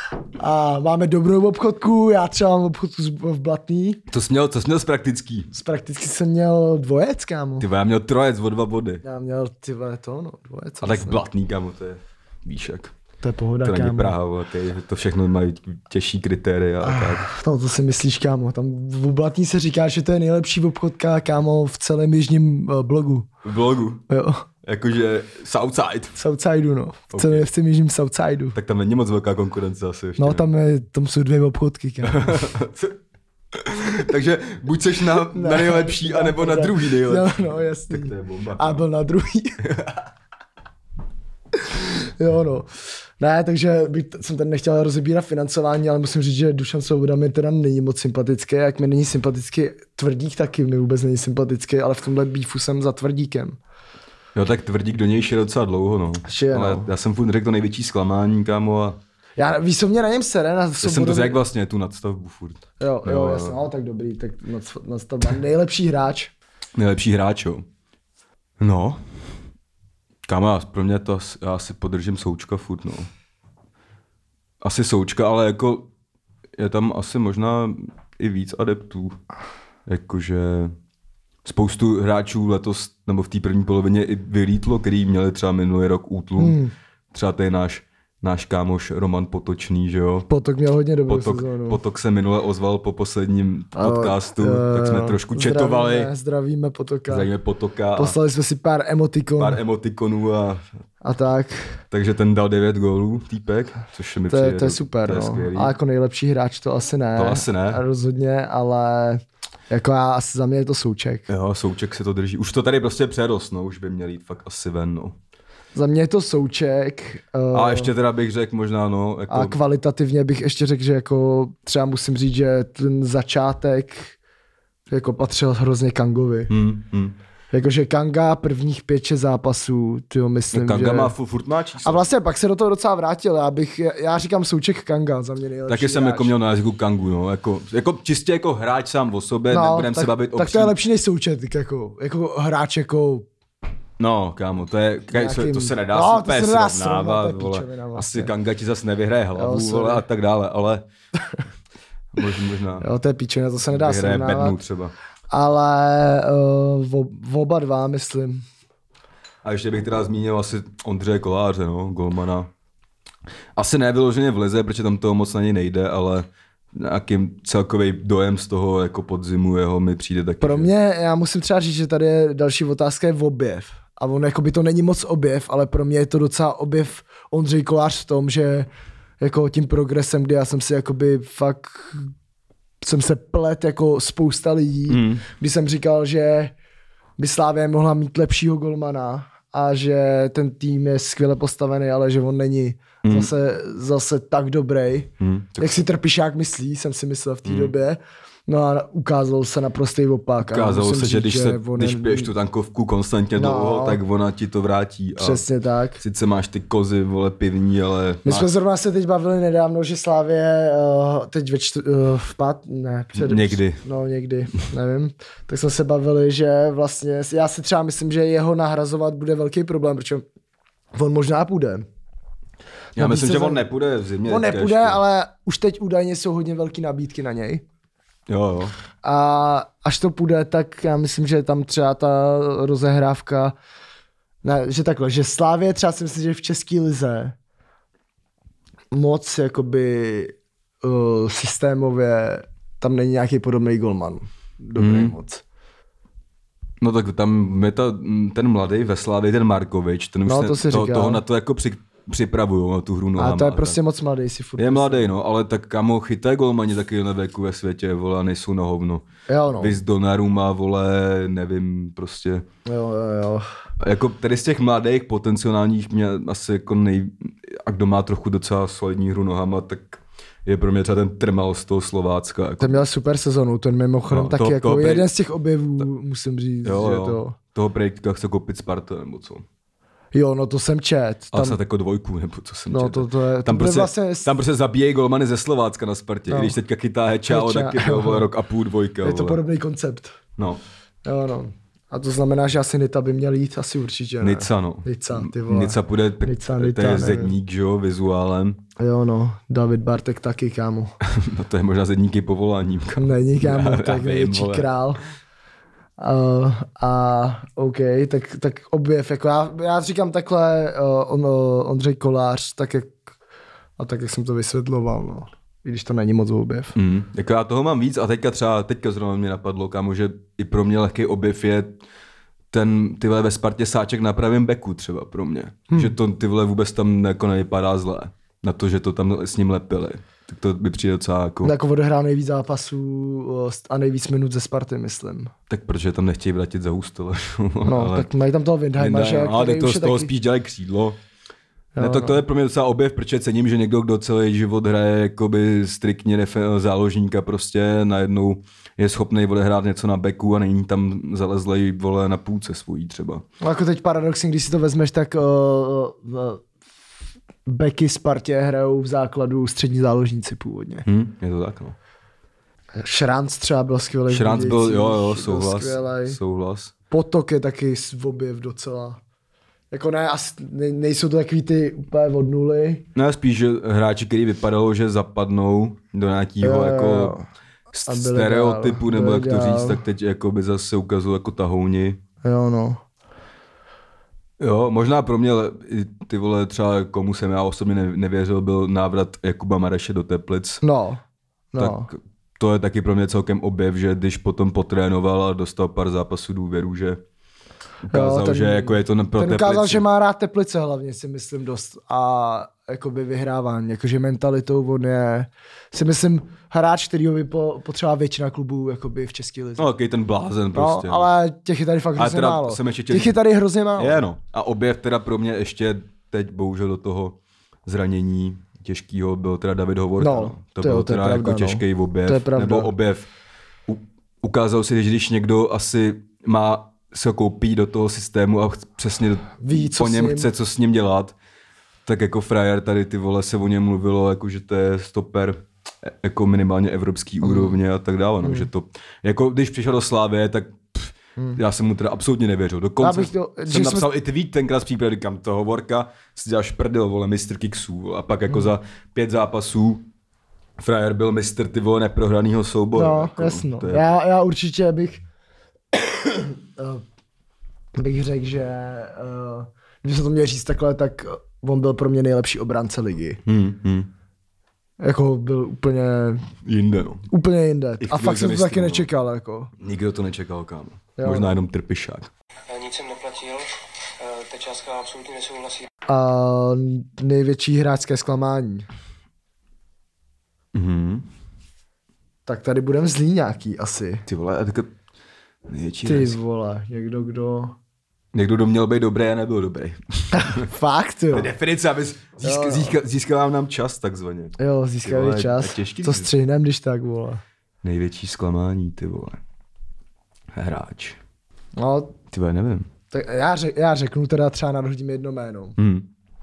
A máme dobrou obchodku, já třeba mám obchodku v Blatný. Co jsi měl, co jsi měl z praktický? Z prakticky jsem měl dvojec, kámo. Ty vole, já měl trojec o dva body. Já měl, ty vole, to no, dvojec. A tak jsem. blatný, kámo, to je, víš jak. To je pohoda, To není kámo. Praha, vole, ty, to všechno mají těžší kritéria a tak. No to si myslíš, kámo. Tam v Blatný se říká, že to je nejlepší obchodka, kámo, v celém jižním uh, blogu. V blogu, Jo. jakože Southside. Southsideu, no. V Ok. celém, v celém jižním Southsideu. Tak tam není moc velká konkurence asi ještě. No ne? tam, je, tam jsou dvě obchodky, kámo. Takže buď seš na, na nejlepší, anebo na druhý nejlepší. No, no, jasný. Tak to je bomba. A byl na druhý. Jo, no. Ne, takže bych, t- jsem tady nechtěl rozebírat financování, ale musím říct, že Dušan Svoboda mi teda není moc sympatický, jak mi není sympatický Tvrdík, taky mi vůbec není sympatický, ale v tomhle bífu jsem za Tvrdíkem. Jo, tak Tvrdík do něj šel docela dlouho, no. Šel, Ale no. já jsem furt řekl to největší zklamání, kámo, a Já víš, co mě na něm sere, na já jsem to Svobodu- řekl vlastně, tu nadstavbu furt. Jo, jo, Jo, jo. jasně, no, tak dobrý, tak nad- nadstavba. Nejlepší hráč. Nejlepší hráč, jo. No. Kámo, já- pro mě to, as- já si podržím Součka furt, no. Asi Součka, ale jako je tam asi možná i víc adeptů. Jakože spoustu hráčů letos, nebo v té první polovině i vylítlo, který měli třeba minulý rok útlum. Hmm. Třeba tady náš, náš kámoš Roman Potočný, že jo. Potok měl hodně dobrou Potok, sezónu. Potok se minule ozval po posledním Ano, podcastu, jo, tak jsme jo. trošku četovali. Zdravíme, zdravíme Potoka. Zdravíme Potoka a Poslali jsme si pár emotikon pár emotikonů a a tak. takže ten dal devět gólů, týpek, což mi To je, přijde, to je super, to je no. skvělý. A jako nejlepší hráč to asi ne. To asi ne. Rozhodně, ale jako já asi za mě je to Souček. Jo, Souček si to drží. Už to tady prostě přerost, no, už by měl jít fakt asi ven, no. Za mě je to Souček. Uh, A ještě teda bych řekl možná, no, jako... a kvalitativně bych ještě řekl, že jako třeba musím říct, že ten začátek jako patřil hrozně Kangovi. Hmm, hmm. Jakože Kanga prvních pět, šest zápasů, tyjo, myslím, No, Kanga že... má furt, furt má číslo. A vlastně pak se do toho docela vrátil, já bych, já říkám Souček Kanga, za mě nejlepší Taky jsem hráč. jako měl na jazyku Kangu, no, jako, jako čistě jako hráč sám o sobě, no, nebudem tak, se bavit o tak to pří... je lepší než Souček, jako, jako hráč, jako No, kámo, to je, Nějakým... to se nedá no, si úplně srovnávat, vole. Vlastně. Asi Kanga ti zase nevyhraje hlavu, jo, vole, a tak dále, ale možná, možná jo, to je píčovina, to se nedá vyhraje srovnávat. bednu třeba. Ale uh, v oba dva, myslím. A ještě bych teda zmínil asi Ondřeje Koláře, no, golmana. Asi ne vyloženě v lize, protože tam toho moc na něj nejde, ale nějakým celkový dojem z toho jako podzimu jeho mi přijde taky. Pro že... mě, já musím třeba říct, že tady je další otázka je v objev. A on jako by to není moc objev, ale pro mě je to docela objev Ondřej Kolář v tom, že jako tím progresem, kdy já jsem si jakoby fakt jsem se plet jako spousta lidí, mm. kdy jsem říkal, že by Slavia mohla mít lepšího golmana a že ten tým je skvěle postavený, ale že on není mm. zase, zase tak dobrý. Mm. Jak si Trpišák myslí, jsem si myslel v té mm. době. No a ukázalo se naprostý opak. Ukázalo se, říct, že když, se, on když je... piješ tu tankovku konstantně no, dlouho, tak ona ti to vrátí. A přesně tak. Sice máš ty kozy, vole, pivní, ale... My máš... jsme zrovna se teď bavili nedávno, že Slavie uh, teď ve čtr... uh, v pát... Ne, před... Někdy. No někdy, nevím. Tak jsme se bavili, že vlastně, já si třeba myslím, že jeho nahrazovat bude velký problém, protože on možná půjde. Já myslím, se že za... on nepůjde v zimě. On nepůjde, ještě. Ale už teď údajně jsou hodně velký nabídky na něj. Jo, jo. A až to půjde, tak já myslím, že tam třeba ta rozehrávka, ne, že takhle, že Slavie třeba si myslím, že v české lize moc jakoby uh, systémově tam není nějaký podobný golman. Dobrý hmm. moc. No tak tam je ta, ten mladý ve Slavii, ten Markovič, ten už no, to se, to, toho na to jako při, připravují na tu hru nohama. A to je prostě tak. Moc mladý si furt. Je mladý, no, ale tak kamo chyté golmani taky na věku ve světě, vole, nejsou na hovno. Jo, no. Vys Donnarumma, vole, nevím, prostě. Jo, jo, jo. Jako tady z těch mladých potenciálních mě asi jako nej... A kdo má trochu docela solidní hru nohama, tak je pro mě třeba ten Trmal z toho Slovácka. Jako... Ten měl super sezonu, ten mimochodem no, taky toho, jako toho jeden prej... z těch objevů, ta... musím říct. Jo, že jo. to... Toho projekta chce koupit Sparta, nebo co? Jo, no to jsem čet. Tam... A snad jako dvojku, nebo co jsem no, čet. To, to je, tam, to prostě, vlastně... tam prostě zabíjejí golmany ze Slovácka na Spartě, no. Když teďka chytá Hečao, taky byl rok a půl dvojka. Je to vole. Podobný koncept. No. Jo, no. A to znamená, že asi Nita by měl jít, asi určitě ne. Nica, no. Nica, ty vole. Nica půjde, Nica, to Nita, je nevím. zedník, že jo, vizuálem. Jo, no. David Bartek taky, kámo. No to je možná zedník i povoláním. Kámo. Není, kámo, já, tak největší král. Uh, a OK, tak, tak objev, jako já, já říkám takhle, uh, on, uh, Ondřej Kolář, tak jak, a tak jak jsem to vysvětloval, no. I když to není moc objev. Mm, jako já toho mám víc a teďka třeba, teďka zrovna mě napadlo, kámo, že i pro mě lehký objev je ten, ty vole, ve Spartě Sáček na pravém beku třeba pro mě. Hmm. Že to ty vole vůbec tam jako nevypadá zlé. Na to, že to tam s ním lepili. Tak to by přijde docela jako... Jako odehrál nejvíc zápasů a nejvíc minut ze Sparty, myslím. Tak protože tam nechtějí vrátit za Hustele. No, ale... tak mají tam toho Windheima, že? Ale to z toho taky... spíš dělají křídlo. Jo, ne, to, no. To je pro mě docela objev, protože cením, že někdo, kdo celý život hraje jakoby striktně defen- záložníka, prostě najednou je schopný odehrát něco na beku a není tam zalezlej, vole, na půlce svojí třeba. No jako teď paradoxně, když si to vezmeš, tak uh, uh, beky Spartě hrajou v základu střední záložníci původně. Hmm, je to tak, no. Šranc třeba byl skvělý. Šranc byl, jo, jo, souhlas, souhlas. Potok je taky objev docela. Jako ne, asi nejsou to takový ty úplně od nuly. No spíš, že hráči, který vypadalo, že zapadnou do nějakého jako stereotypu, nebo jak to říct, tak teď jako by zase ukazují jako tahouni. Jo, no. Jo, možná pro mě, ty vole, třeba komu jsem já osobně nevěřil, byl návrat Jakuba Mareše do Teplic. No, no. Tak to je taky pro mě celkem objev, že když potom potrénoval a dostal pár zápasů důvěru, že ukázal, jo, ten, že jako je to pro Ten Teplici. ukázal, že má rád Teplice hlavně, si myslím dost. A jakoby vyhrávání, jakože mentalitou on je, si myslím, hráč, kterýho by po, potřeba většina klubů jakoby v české lize. No, jaký ten blázen prostě. No, ale těch je tady fakt hrozně málo. Těch... těch je tady hrozně málo. Je, no. A objev teda pro mě ještě teď bohužel do toho zranění těžkýho byl teda David Hovorka. No, to, to byl teda pravda, jako těžký no. objev. Nebo objev. U, ukázal si, že když někdo asi má se koupí do toho systému a přesně Ví, po něm chce, co s ním dělat, tak jako frajer tady ty vole se o něm mluvilo, jako že to je stoper jako minimálně evropský mm. úrovně a tak dále. No, mm. že to, jako když přišel do Slavie, tak pff, Hmm. Já jsem mu teda absolutně nevěřil. Dokonce to, jsem napsal jsme... i tweet tenkrát z přípravy, říkám, toho Worka si děláš prdel, vole, mistr kiksů. A pak jako hmm. za pět zápasů frajer byl mistr, ty vole, neprohranýho souboru. No, jako, jasno. Je... Já, já určitě bych bych řekl, že uh, když se to měl říct takhle, tak on byl pro mě nejlepší obránce ligy. Hmm, hmm. Jako byl úplně... Jinde, no. Úplně jinde. A fakt jsem to taky nečekal, jako. Nikdo to nečekal, kámo. Možná jenom Trpišák. Nic jsem neplatil, ta částka absolutně nesouhlasí. A největší hráčské zklamání. Mhm. Tak tady budeme zlý nějaký asi. Ty vole, a tak největší Ty hráčský. vole, někdo kdo... Někdo, kdo měl být dobrý a nebyl dobrý. Fakt, jo. To je definice, aby získal, získal, získal nám čas, takzvaně. Jo, získali čas. To střihnem, když tak, vole. Největší zklamání, ty vole. Hráč. No, ty vole, nevím. Tak já, řek, já řeknu teda třeba nadhodím jedno jméno. Hmm.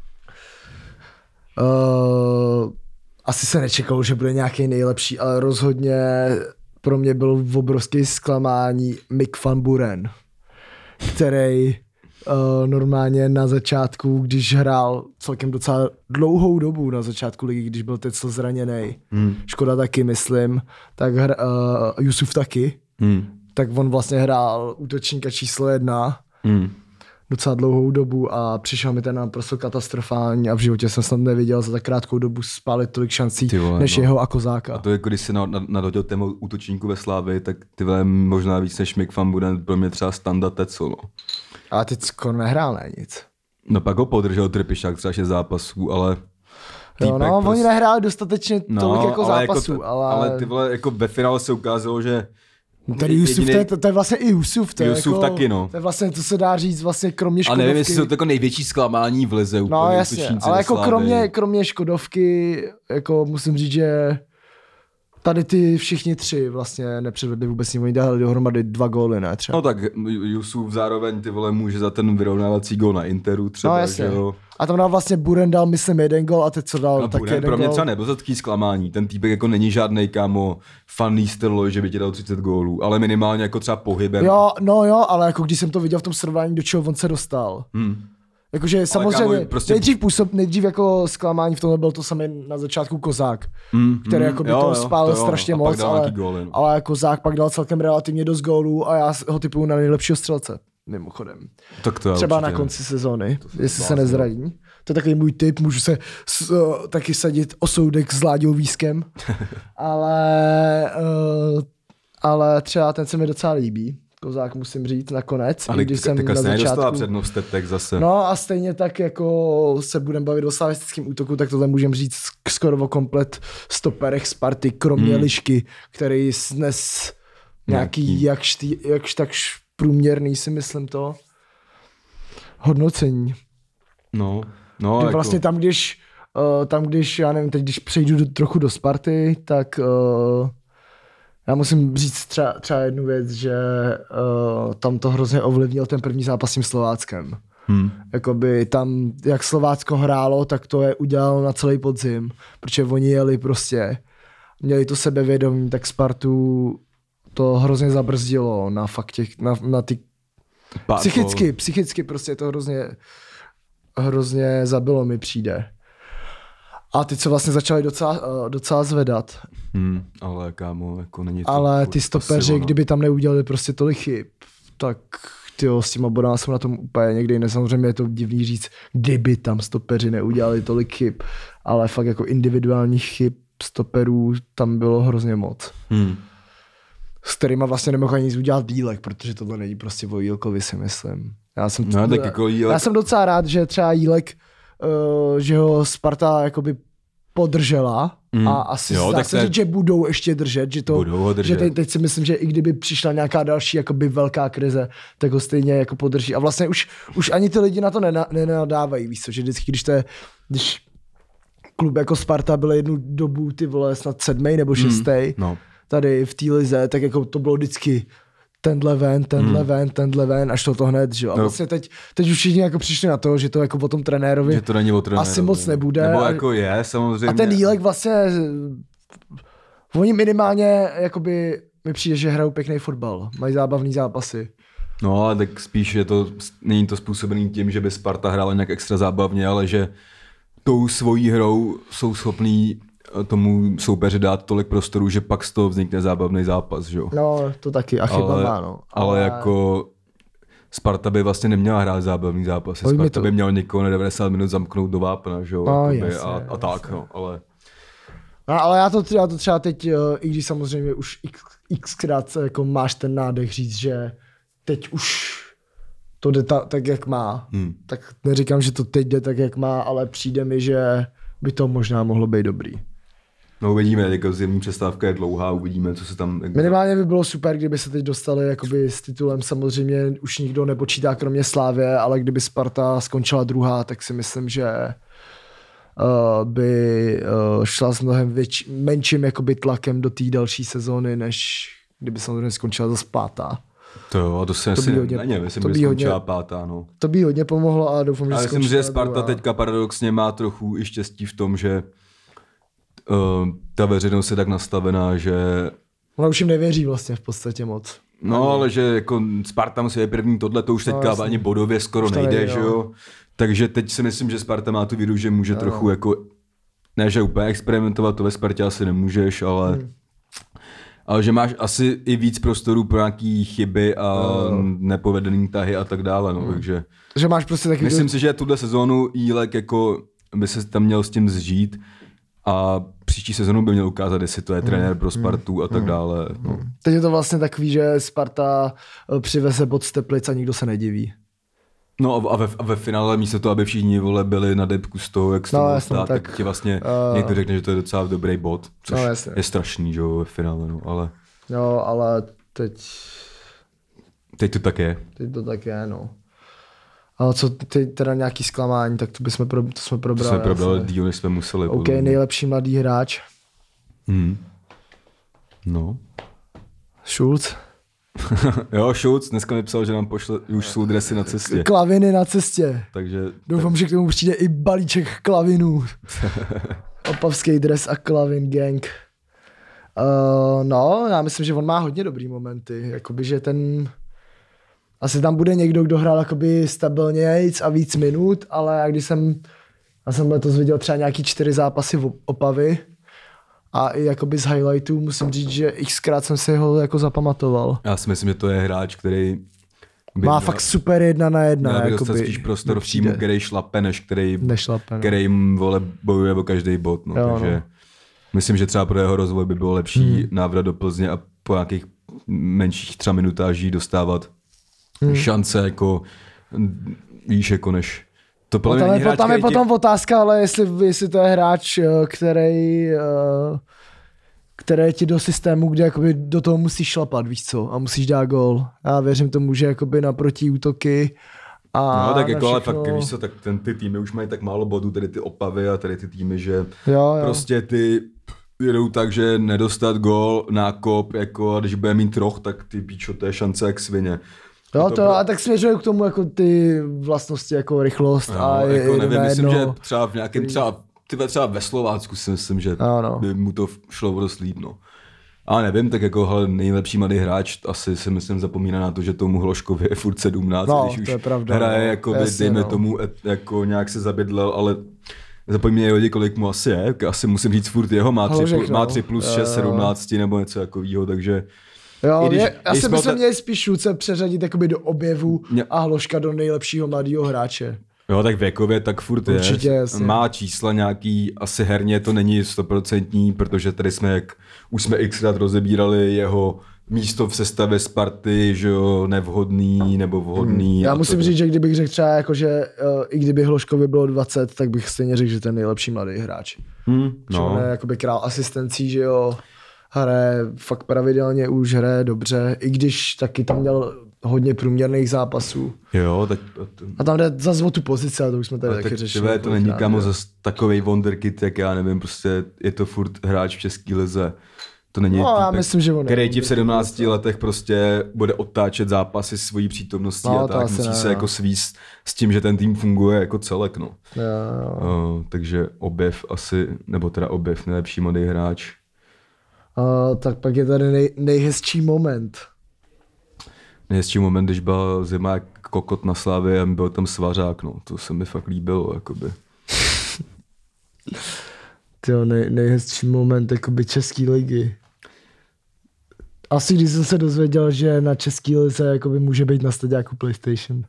Uh, asi se nečekalo, že bude nějaký nejlepší, ale rozhodně pro mě byl obrovský zklamání Mick van Buren, který uh, normálně na začátku, když hrál celkem docela dlouhou dobu na začátku ligy, když byl Tecl zraněný, hmm. Škoda taky, myslím, tak hr, uh, Jusuf taky, hmm. tak on vlastně hrál útočníka číslo jedna hmm. docela dlouhou dobu a přišel mi ten naprosto katastrofální a v životě jsem snad neviděl za tak krátkou dobu spálit tolik šancí, vole, než no. jeho a Kozáka. A to jako když si nadhodil tému útočníku ve Slávii, tak ty vole možná víc než Mick van Buren byl mě třeba Standa Tecl, no. Ale teď skoro nehrál, ne nic. No pak ho podržel Trpišák třeba šest zápasů, ale... Jo, no, prostě... oni nehráli dostatečně tolik no, jako ale zápasů, jako, ale... Ale ty vole, jako ve finále se ukázalo, že... Tady Jusuf, jedinej... to, je, to je vlastně i Jusuf, to je Jusuf jako, taky, no. To je vlastně, to se dá říct vlastně kromě Škodovky. A nevím, jestli jsou to jako největší zklamání v lize úplně. No jasně, ale jako kromě, kromě Škodovky, jako musím říct, že tady ty všichni tři vlastně nepředvedli vůbec nic, oni dali dohromady dva góly, ne třeba. No tak Jusuf zároveň ty vole může za ten vyrovnávací gól na Interu třeba, no, jasně. že jo. A tam dal vlastně Buren dal, myslím, jeden gól a teď co dal, no, tak Buren, jeden pro mě gól. třeba nebyl za takový zklamání, ten týpek jako není žádnej kámo fan Nistelrooy, že by ti dal třicet gólů, ale minimálně jako třeba pohybem. Jo, no jo, ale jako když jsem to viděl v tom srovnání, do čeho on se dostal. Hmm. Jakože samozřejmě kámo, prostě... nejdřív působ, nejdřív jako zklamání v tomhle byl to samé na začátku Kozák, mm, který mm, jako by to spálil to strašně no. moc, ale, góly, no. ale Kozák pak dal celkem relativně dost gólů a já ho typuju na nejlepšího střelce, mimochodem. Tak to třeba na konci ne. sezóny, jestli se nezradí. To je takový můj tip, můžu se s, uh, taky sadit o soudek s Láďou Vískem, ale, uh, ale třeba ten se mi docela líbí. Kozák musím říct nakonec, ale když jsem tak na začátku... nedostala přednost tetek zase. No a stejně tak jako se budeme bavit o slavistickém útoku, tak tohle můžeme říct skoro o komplet stoperech Sparty, kromě hmm. Lišky, který snes nějaký, nějaký. Jakž, tý, jakž takž průměrný, si myslím to, hodnocení. No, no jako... Vlastně tam, když, uh, tam, když, já nevím, teď když přejdu do, trochu do Sparty, tak... Uh, Já musím říct třeba, třeba jednu věc, že uh, tam to hrozně ovlivnil ten první zápas s tím Slováckem. Hmm. Jakoby tam, jak Slovácko hrálo, tak to je udělalo na celý podzim, protože oni jeli prostě, měli to sebevědomí, tak Spartu to hrozně zabrzdilo na fakt těch, na, na ty Pátko. psychicky, psychicky prostě to hrozně, hrozně zabilo mi přijde. A teď se vlastně začali docela, docela zvedat. Hmm, ale kámo, jako není to... Ale ty stopeři, no. kdyby tam neudělali prostě tolik chyb, tak tyjo, s těma bodama jsem na tom úplně někde jiné. Samozřejmě je to divný říct, kdyby tam stopeři neudělali tolik chyb, ale fakt jako individuálních chyb stoperů tam bylo hrozně moc. Hmm. S kterýma vlastně nemohl ani nic udělat Jílek, protože tohle není prostě o Jílkovi, si myslím. Já jsem, no, tak jako Jílek... já jsem docela rád, že třeba Jílek Uh, že ho Sparta jakoby podržela mm. a asi jo, dá se říct, že budou ještě držet, že, to, že teď, teď si myslím, že i kdyby přišla nějaká další jakoby velká krize, tak ho stejně jako podrží a vlastně už, už ani ty lidi na to nena, nenadávají, víš co, že vždycky, když to je, když klub jako Sparta byl jednu dobu ty vole snad sedmej nebo šestej mm. no. tady v té lize, tak jako to bylo vždycky tenhle ven, tenhle hmm. ven, tenhle ven, až to to hned, že jo. A no. vlastně teď, teď už všichni jako přišli na to, že to jako o tom trenérovi že to není o trenérovi. Asi moc nebude. Nebo jako je, samozřejmě. A ten Jílek vlastně, oni minimálně, jakoby, mi přijde, že hrajou pěkný fotbal, mají zábavný zápasy. No ale tak spíš je to, není to způsobený tím, že by Sparta hrála nějak extra zábavně, ale že tou svojí hrou jsou schopní tomu soupeři dát tolik prostoru, že pak z toho vznikne zábavný zápas, že jo. No, to taky, a chyba ale, má, no. Ale... ale jako Sparta by vlastně neměla hrát zábavný zápas. Sparta to... by měla někoho na devadesát minut zamknout do vápna, že jo, no, jasně, jasně, a, a tak, no, ale... No, ale já to, já to třeba teď, i když samozřejmě už x, xkrát jako máš ten nádech říct, že teď už to jde ta, tak, jak má. Hmm. Tak neříkám, že to teď jde tak, jak má, ale přijde mi, že by to možná mohlo být dobrý. No uvidíme, jako zimní přestávka je dlouhá, uvidíme, co se tam... Minimálně by bylo super, kdyby se teď dostali jakoby s titulem, samozřejmě už nikdo nepočítá kromě Slávě, ale kdyby Sparta skončila druhá, tak si myslím, že uh, by uh, šla s mnohem větší, menším jakoby tlakem do té další sezóny, než kdyby samozřejmě skončila zase pátá. To jo, a to se asi hodně, ne, myslím, to by skončila hodně, pátá, no. To by hodně pomohlo a doufám, že ale skončila myslím, že Sparta druhá. Teďka paradoxně má trochu i štěstí v tom, že uh, ta veřejnost je tak nastavená, že... Ona už jim nevěří vlastně v podstatě moc. No, ani. Ale že jako Sparta musí je první tohle, to už teďka no, ani bodově skoro nejde, nejde, že jo. Takže teď si myslím, že Sparta má tu víru, že může no. trochu jako, ne že úplně experimentovat, to ve Spartě asi nemůžeš, ale... Hmm. Ale že máš asi i víc prostoru pro nějaký chyby a no. nepovedený tahy a tak dále, no, hmm. takže... Že máš prostě taky... Myslím si, že tuhle sezónu Jílek jako by se tam měl s tím zžít a příští sezónu by měl ukázat, jestli to je hmm. trenér pro Spartu hmm. a tak dále. No. Hmm. Teď je to vlastně takový, že Sparta přiveze bod z Teplic a nikdo se nediví. No a ve, a ve finále místo toho, aby všichni vole byli na depku z toho, jak se no, to stát, tak, tak ti vlastně uh, někdo řekne, že to je docela dobrý bod, což no, je strašný, že jo, ve finále, no, ale... Jo, ale teď... Teď to tak je. Teď to tak je, no. Ale co teď teda nějaký zklamání, tak to bychom pro, to jsme probrali. To jsme probrali díl, než jsme museli. OK, nejlepší mladý hráč. Hmm. No. Schulz. Jo, Schulz dneska mi psal, že nám pošle, už jsou dresy na cestě. Klaviny na cestě. Takže... Doufám, že k tomu přijde i balíček klavinů. Opavský dres a klavin gang. Uh, no, já myslím, že on má hodně dobrý momenty. Jakoby, že ten... Asi tam bude někdo, kdo hrál jakoby stabilnějc a víc minut, ale já když jsem... Já jsem letos viděl třeba nějaký čtyři zápasy v Opavy a i jakoby z highlightů musím říct, že xkrát jsem si ho jako zapamatoval. Já si myslím, že to je hráč, který... Má měl, fakt super jedna na jedna. Měl by dostat spíš prostor v týmu, který šlape, než který, Nešlape, no. který vole, bojuje o každý bod. No. Jo, takže no. myslím, že třeba pro jeho rozvoj by bylo lepší hmm. návrat do Plzně a po nějakých menších třeba minutáží dostávat hmm. šance jako víš, jako než to no, tam je, hráč, tam je potom tě... otázka, ale jestli, jestli to je hráč, který uh, který ti do systému, kde jakoby do toho musíš šlapat, víš co, a musíš dát gól. Já věřím tomu, že jakoby na protiútoky a no tak jako, všechno... ale fakt víš co, tak ten, ty týmy už mají tak málo bodů, tady ty Opavy a tady ty týmy, že jo, jo. prostě ty jedou tak, že nedostat gól, nákop, jako a když bude mít roh, tak ty píčo, to je šance jak svině. Jo, to, to a tak směřují k tomu jako ty vlastnosti jako rychlost no, a jako nevím, myslím, jedno... že třeba v nějakém třeba, tyhle třeba ve Slovácku si myslím, že no, no. by mu to šlo o dost líp, no. A nevím, tak jako hele, nejlepší mladý hráč asi si myslím zapomíná na to, že tomu Hloškovi je furt sedmnáct, no, když už je pravda, hraje, no. jako Jasně, dejme no. tomu, jako nějak se zabydlel, ale zapomínají lidi, kolik mu asi je, asi musím říct furt jeho, má tři, Hložek, plus, no. má tři plus šest, sedmnáct nebo něco takového, takže... Jo, když, je, asi bychom ta... měli spíš Šulce přeřadit jakoby do objevu mě... a Hloška do nejlepšího mladého hráče. Jo, tak věkově tak furt určitě, je. Jasně. Má čísla nějaký, asi herně to není stoprocentní, protože tady jsme, jak už jsme xkrát rozebírali jeho místo v sestavě Sparty, že jo, nevhodný nebo vhodný. Hmm. Já musím to... říct, že kdybych řekl třeba, jako, že uh, i kdyby Hloškovi bylo dvacet, tak bych stejně řekl, že ten nejlepší mladý hráč. Hmm, no. no. On je jakoby král asistencí, že jo, hraje fakt pravidelně, už hraje dobře, i když taky tam měl hodně průměrných zápasů. Jo, tak... A tam jde zase o tu pozici, a to už jsme tady taky řešili. Tyve, to není kamo zase takovej wonderkid, jak já nevím, prostě je to furt hráč v český lize. To není no, týpek, já myslím, že on který ti v sedmnácti letech prostě bude otáčet zápasy svojí přítomností no, a tak musí ne, se ne. jako svíst s tím, že ten tým funguje jako celek, no. Jo, jo. Uh, takže objev asi, nebo teda objev, nejlepší mladý hráč. Uh, tak pak je tady nej, nejhezčí moment. nejhezčí moment, když byla zima jak kokot na Slávě a byl tam Svařák, no, to se mi fakt líbilo, jakoby. Tyjo, nej, nejhezčí moment jakoby český ligy. Asi když jsem se dozvěděl, že na český lize jakoby může být na stadiáku PlayStation.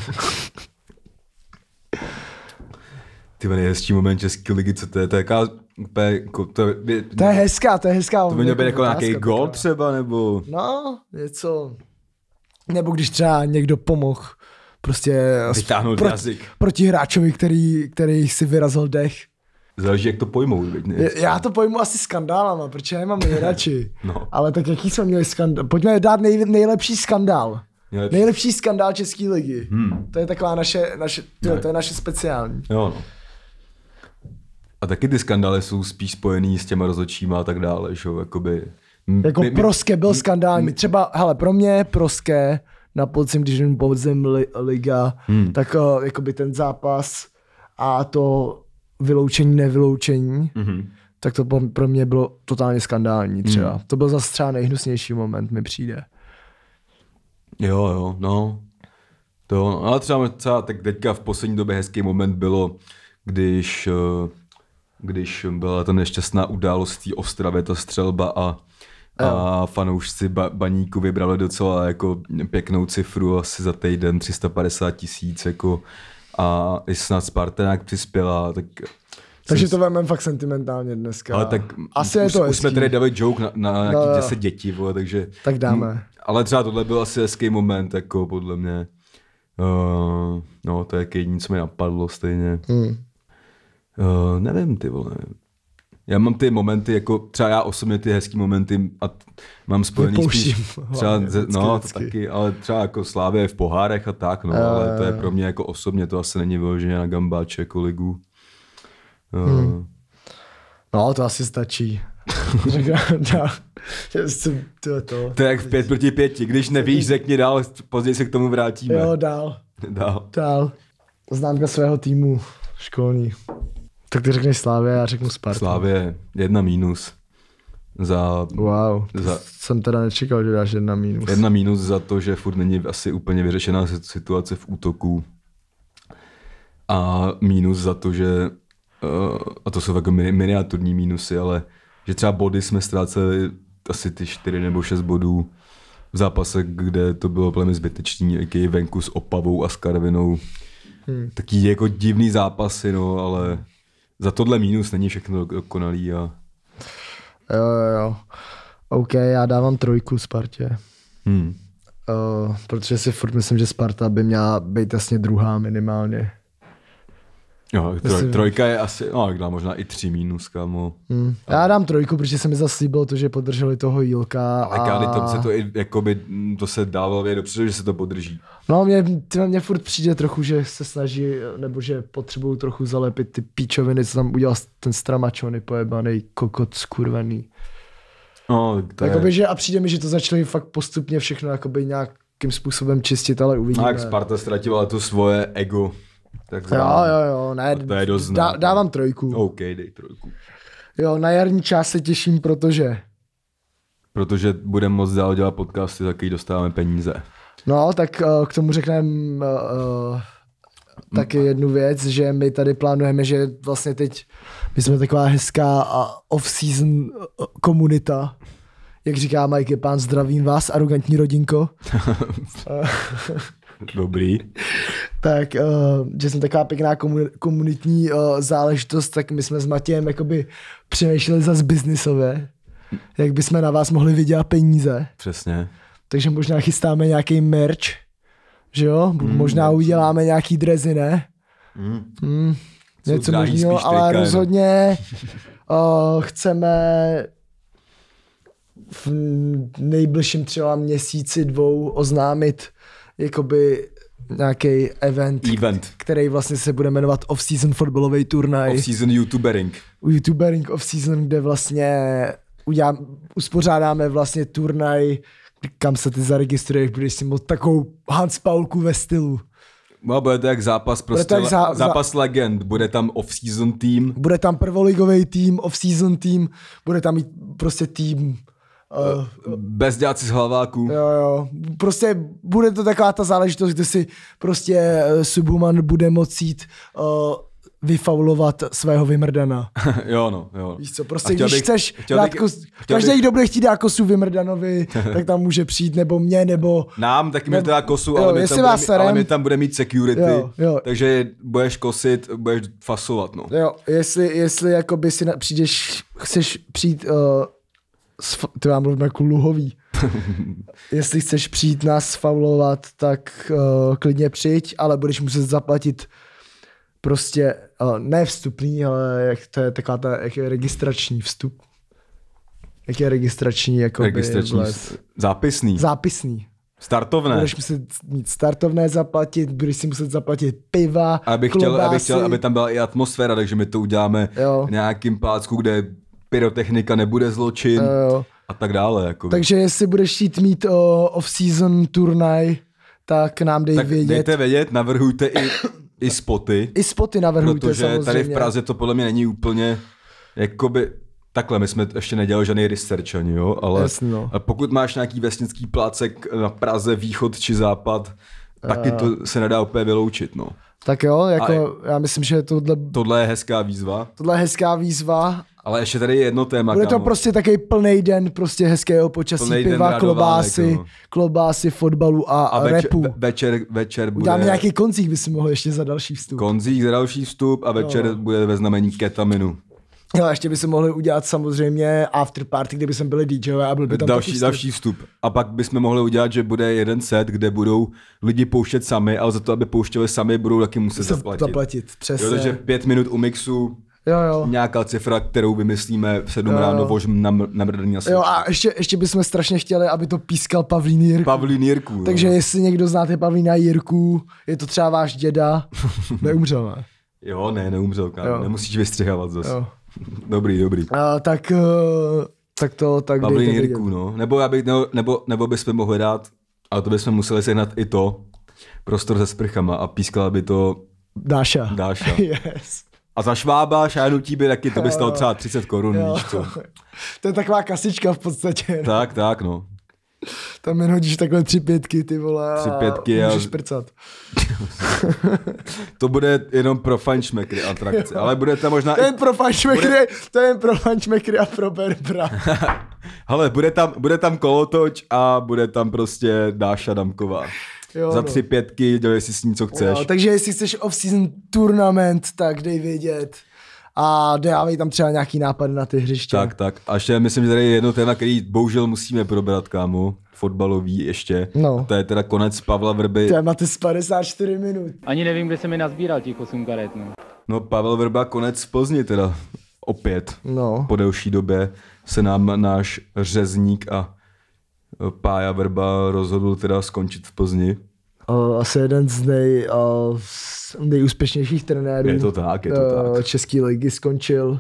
Ty nejhezčí moment české ligy, co to je, to je jaká, jako, to, je, To je hezká, to je hezká. to by mělo být jako otázka nějaký gol taková. třeba, nebo... No, něco. Nebo když třeba někdo pomohl prostě Vytáhnout proti, jazyk. proti hráčovi, který, který si vyrazil dech. Záleží, jak to pojmou. Veď, Já to pojmu asi skandálama, protože já nemám nejradši. No. Ale tak jaký jsme měli skandál? Pojďme dát nej, nejlepší skandál. Nejlepší. Nejlepší skandál české ligy. Hmm. To je taková naše, naše to, to je naše speciální. Jo, no. A taky ty skandály jsou spíš spojený s těma rozhodčíma a tak dále, že jo, jakoby... Jako my, my, Proské byl skandální. Třeba, hele, pro mě Proské na podzim, když jen podzim li, liga, hmm. tak uh, jakoby ten zápas a to vyloučení, nevyloučení, hmm. tak to pro mě bylo totálně skandální třeba. Hmm. To byl zase třeba nejhnusnější moment, mi přijde. Jo, jo, no. To, no, ale třeba, třeba tak teďka v poslední době hezký moment bylo, když, když byla ta nešťastná událost té Ostravě, ta střelba a, a fanoušci ba, Baníku vybrali docela jako pěknou cifru, asi za týden tři sta padesát tisíc, jako a i snad Sparta nějak přispěla, tak... Takže to vememe fakt sentimentálně dneska. Ale tak asi už, je to už jsme hezký. tady dali joke na, na nějaký No, deset dětí, vole, takže... Tak dáme. Ale třeba tohle byl asi hezký moment, jako podle mě. Uh, no, to je jediné, co mi napadlo stejně. Hmm. Uh, nevím, ty vole. Já mám ty momenty, jako třeba já osobně ty hezký momenty a t- mám spojený Vypouštím spíš hlavně, třeba, ze, vždycky, no vždycky. to taky, ale třeba jako Slávě v pohárech a tak, no, Jo, ale to je jo. pro mě jako osobně, to asi není vyloženě na gambáče jako ligu. Uh, Hmm. No, to asi stačí. to, to. To je jak v pět proti pěti, když nevíš, řekni dál, později se k tomu vrátíme. Jo, dál. Dál. Dál. Známka svého týmu školní. Tak ty řekneš Slávě, já řeknu Sparta. Slávě jedna mínus. Za, Wow, to za jsem teda nečekal, že dáš jedna mínus. jedna mínus za to, že furt není asi úplně vyřešená situace v útoku. A mínus za to, že, uh, a to jsou jako mini, miniaturní mínusy, ale že třeba body jsme ztráceli asi ty čtyři nebo šest bodů v zápase, kde to bylo plně zbytečný, jaký venku s Opavou a s Karvinou. Hmm. Taký jako divný zápasy, no, ale za tohle mínus není všechno dokonalý. A... Jo, jo, jo. OK, já dávám trojku Spartě. Hmm. Uh, protože si furt myslím, že Sparta by měla být jasně druhá minimálně. Jo, troj, Myslím- trojka je asi, no tak dá možná i tři mínus, kámo. Hmm. Já dám trojku, protože se mi zase líbilo to, že podrželi toho Jílka. Ale a... kády, to se to i, jakoby, to se dávalo vědět dopředu, že se to podrží. No, mně, mně furt přijde trochu, že se snaží, nebo že potřebují trochu zalepit ty píčoviny, co tam udělal ten Stramačony pojebaný kokot skurvený. No, to je... Jakoby, že, a přijde mi, že to začali fakt postupně všechno jakoby nějakým způsobem čistit, ale uvidíme. No, jak Sparta ztratila to svoje ego. Tak Jo, znám. jo, jo, ne, To je dost dá, znát. dávám trojku. OK, dej trojku. Jo, na jarní část se těším, protože... Protože budeme moc dál dělat podcasty, za který dostáváme peníze. No, tak uh, k tomu řekneme uh, uh, taky jednu věc, že my tady plánujeme, že vlastně teď my jsme taková hezká a off-season uh, komunita. Jak říká Mike Pán, zdravím vás, arrogantní rodinko. Dobrý. Tak, uh, že jsme taková pěkná komu- komunitní uh, záležitost, tak my jsme s Matějem jakoby přemýšleli zase biznisově, jak bychom na vás mohli vydělat peníze. Přesně. Takže možná chystáme nějaký merch, že jo? Mm, možná merch. uděláme nějaký drezy, ne? Mm. Mm, Jsou něco drahý možného, spíš ale trika, rozhodně uh, chceme v nejbližším třeba měsíci dvou oznámit jakoby nějaký event, Event. který vlastně se bude jmenovat Off-Season fotbalový turnaj. Off-season YouTubering. YouTubering Off-Season, kde vlastně udělám, uspořádáme vlastně turnaj, kam se ty zaregistruješ, budeš si moct takovou Hans Paulku ve stylu. No, bude to jak zápas, prostě jak zá- zápas legend. Bude tam off-season tým. Bude tam prvoligový tým, off-season tým, bude tam mít prostě tým Uh, Bezděláci z hlaváků. Jo, jo. Prostě bude to taková ta záležitost, kde si prostě uh, Subhuman bude moct jít uh, vyfaulovat svého vymrdana. jo, no, jo. Víš co, prostě když bych, chceš dát bych, kos... Každý, bych... kdo bude chtít dát kosu vymrdanovi, tak tam může přijít, nebo mě, nebo... Nám taky nebo... mi to dá kosu, jo, ale, my tam bude, serem... ale my tam bude mít security, jo, jo. takže budeš kosit, budeš fasovat, no. Jo, jestli, jestli jakoby si na... přijdeš, chceš přijít... Uh... Sf... Ty vám mluvím jako luhový. Jestli chceš přijít nás faulovat, tak uh, klidně přijď, ale budeš muset zaplatit prostě, uh, ne vstupný, ale jak to je taková ta, jak je registrační vstup. Jak je registrační, jako registrační, zápisný. Zápisný. Startovné. Budeš muset mít startovné zaplatit, budeš si muset zaplatit piva, abych chtěl, abych chtěl, aby tam byla i atmosféra, takže my to uděláme v nějakým plácku, kde pyrotechnika nebude zločin uh, a tak dále. Jako. Takže jestli budeš chtít mít uh, off-season turnaj, tak nám dej tak vědět. dejte vědět, navrhujte i, i spoty. I spoty navrhujte protože samozřejmě. Protože tady v Praze to podle mě není úplně, jakoby, takhle, my jsme ještě nedělali žádný research ani, jo, ale Jasně, no. pokud máš nějaký vesnický plácek na Praze, východ či západ, uh, taky to se nedá úplně vyloučit, no. Tak jo, jako a já myslím, že tohle... Tohle je hezká výzva. Tohle je hezká výzva. Ale ještě tady je jedno téma, Bude to kámo. prostě takový plný den prostě hezkého počasí, plnej piva, klobásy, no. klobásy, fotbalu a, a repu. Večer, večer, večer bude... Uděláme nějaký koncík, by si mohl ještě za další vstup. Konzík za další vstup a večer no. bude ve znamení ketaminu. Jo, a ještě by se mohli udělat samozřejmě after party, kde by jsme byli DJové a byl by tam další, vstup. další vstup. A pak bychom mohli udělat, že bude jeden set, kde budou lidi pouštět sami, ale za to, aby pouštěli sami, budou taky muset se zaplatit. zaplatit. Přesně. Jo, takže pět minut u mixu, jo, jo. nějaká cifra, kterou vymyslíme v sedm jo. ráno vožm na, na mrdaný Jo, a ještě, ještě bychom strašně chtěli, aby to pískal Pavlín Jirku. Pavlín Jirku. Takže jo. jestli někdo znáte Pavlína Jirku, je to třeba váš děda, neumřel, ne? Jo, ne, neumřel, kámo, nemusíš vystřihávat zase. Jo. Dobrý, dobrý. A, tak, tak to, tak Pavlín Jirku, no. Nebo, já bych, nebo, nebo, nebo bychom mohli dát, ale to bychom museli sehnat i to, prostor se sprchama a pískala by to Dáša. Dáša. Yes. A za švába šáhnutí by taky, to by stalo třeba třicet korun, víš co. To je taková kasička v podstatě. Tak, tak, no. Tam jen hodíš takhle tři pětky, ty vole, tři pětky a můžeš a... prcat. To bude jenom pro fanšmekry atrakce, ale bude tam možná... To je jen pro fanšmekry, bude... to je jen pro fanšmekry a pro Berbra. Hele, bude tam, bude tam kolotoč a bude tam prostě Dáša Damková. Jo, za tři no. pětky, dělej si s ní, co chceš. Jo, takže jestli chceš off-season tournament, tak dej vědět. A dávej tam třeba nějaký nápady na ty hřiště. Tak, tak. A ještě myslím, že tady je jedno téma, který bohužel musíme probrat, kámo. Fotbalový ještě. No. A to je teda konec Pavla Vrby. Téma ty z padesát čtyři minut. Ani nevím, kde se mi nazbíral těch osm karet, no. No Pavel Vrba konec v Plzni teda. Opět. No. Po delší době se nám náš řezník a Pája Vrba rozhodl teda skončit v Plzni. Uh, asi jeden z nej, uh, nejúspěšnějších trenérů. Je to tak, je to uh, tak. České ligy skončil.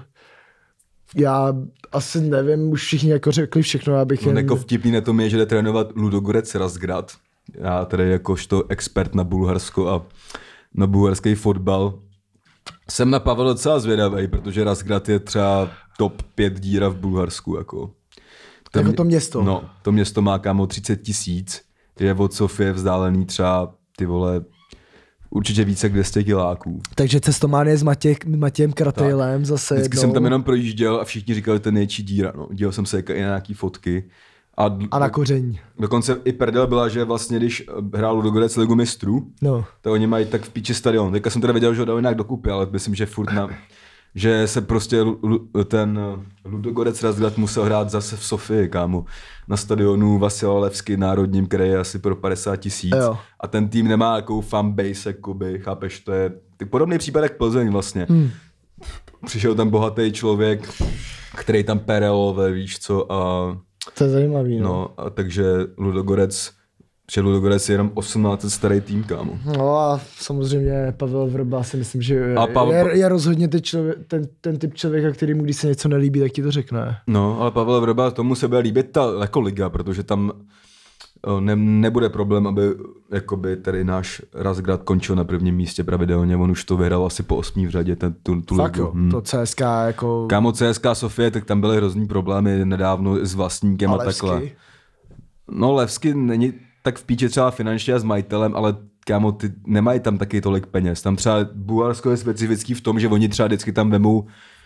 Já asi nevím, už všichni jako řekli všechno, abych no, jen... jako vtipný na tom je, že jde trénovat Ludogorec Razgrad. Já tady jakožto expert na Bulharsko a na bulharský fotbal jsem na Pavel docela zvědavý, protože Razgrad je třeba top pět díra v Bulharsku. Jako to, jako to město. No, to město má kámo třicet tisíc, je od Sofie vzdálený třeba ty vole určitě více jak dvě stě kiláků. Takže cestománie s Matěj, Matějem Kratejlem zase Vždycky jednou. jsem tam jenom projížděl a všichni říkali, že to je největší díra. No. Díval jsem se i na nějaký fotky. A, d- a na koření. Dokonce i prdel byla, že vlastně když hrál Ludogorec Ligu mistrů, no. tak oni mají tak v píči stadion. Teďka jsem teda věděl, že ho dal jinak dokupy, ale myslím, že furt na... že se prostě ten Ludogorec Razgrad musel hrát zase v Sofii, kámo. Na stadionu Vasila Levsky národním, který je asi pro padesát tisíc. A ten tým nemá takovou fanbase, jakoby, chápeš, to je podobný případ jak Plzeň vlastně. Hmm. Přišel tam bohatý člověk, který tam perelové, víš co, a... To je zajímavý, no. no a takže Ludogorec, že Ludogorec je jenom osmnáct let starý tým, kámo. No a samozřejmě Pavel Vrba si myslím, že je, Pavel... je, je rozhodně ten, člověk, ten, ten typ člověka, kterýmu když se něco nelíbí, tak ti to řekne. No, ale Pavel Vrba, tomu se bude líbit ta jako liga, protože tam ne, nebude problém, aby jakoby tady náš Razgrad končil na prvním místě pravidelně, on už to vyhrál asi po osmý v řadě, ten, tu, tu Fakt ligu. jo, Hmm. to C S K jako... Kámo C S K Sofie, tak tam byly hrozný problémy nedávno s vlastníkem a, a takhle. No Levsky není tak v píči třeba finančně a s majitelem, ale kámo, ty nemají tam taky tolik peněz. Tam třeba Bulharsko je specifický v tom, že oni třeba vždycky tam vemou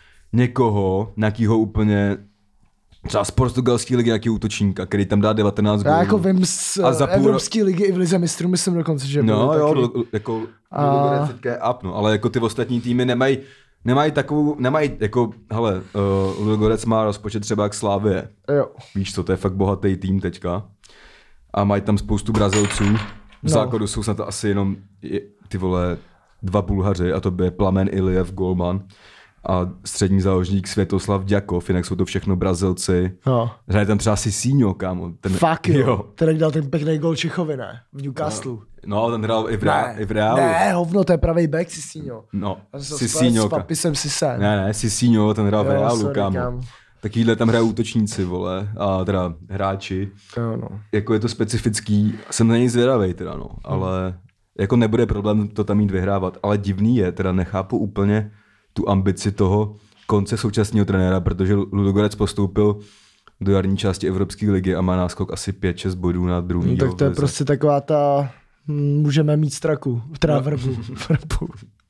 někoho, nějakýho úplně třeba z portugalské ligy nějaký útočníka, který tam dá devatenáct gólů. Já jako vím z A za půl Evropské ligy i v lize mistrů, myslím dokonce, že No byly jo, taky. do, jako A- Ludogorets teďka je up, no, ale jako ty ostatní týmy nemají, nemají takovou, nemají jako, hele, uh, Ludogorets má rozpočet třeba jak Slavie. Jo. Víš co, to je fakt bohatý tým teďka. A mají tam spoustu Brazilců. V No. základu jsou snad asi jenom je- ty vole dva Bulhaři, a to by je Plamen Iliev, golman a střední záložník Světoslav Ďakov, jinak jsou to všechno Brazilci. No. Hraje tam třeba Sisinho, kámo. Ten, Fakt jo. Ten dal ten pěkný gol Čechovi, ne? V Newcastle. No, ten hrál i v, Rea- i v Realu. Ne, hovno, to je pravý back Sisinho. No, Já jsem se Sisinho. s papisem Sise. Ne, ne, Sisinho, ten hrál v Jo, Realu, sorry, kámo. kámo. Takovýhle tam hrají útočníci, vole, a teda hráči. Jo, no. Jako je to specifický, jsem na něj zvědavej teda, no, ale jako nebude problém to tam mít vyhrávat, ale divný je, teda nechápu úplně tu ambici toho konce současného trenéra, protože Ludogorets postoupil do jarní části Evropské ligy a má náskok asi pět šest bodů na druhý. No, tak to je prostě taková ta... hm, Můžeme mít straku. Teda No. vrbu. vrbu.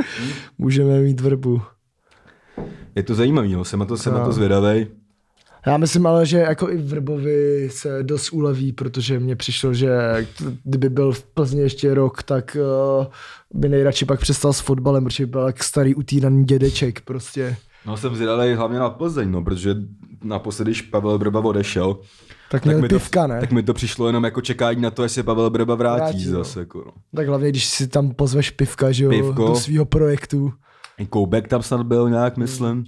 Můžeme mít vrbu. Je to zajímavý, no, jsem na to, jsem No. na to zvědavej. Já myslím ale, že jako i Vrbovi se dost uleví, protože mně přišlo, že kdyby byl v Plzni ještě rok, tak uh, by nejradši pak přestal s fotbalem, protože by byl jak starý utíraný dědeček prostě. No jsem zvědavej hlavně na Plzeň, no, protože naposledy, když Pavel Brba odešel, Tak měl mi to, pivka, ne? tak mi to přišlo jenom jako čekání na to, jestli Pavel Brba vrátí, Vrátí, no. zase. Jako, no. Tak hlavně, když si tam pozveš pivka, že jo, Pivko. do svého projektu. I Koubek tam snad byl nějak, myslím.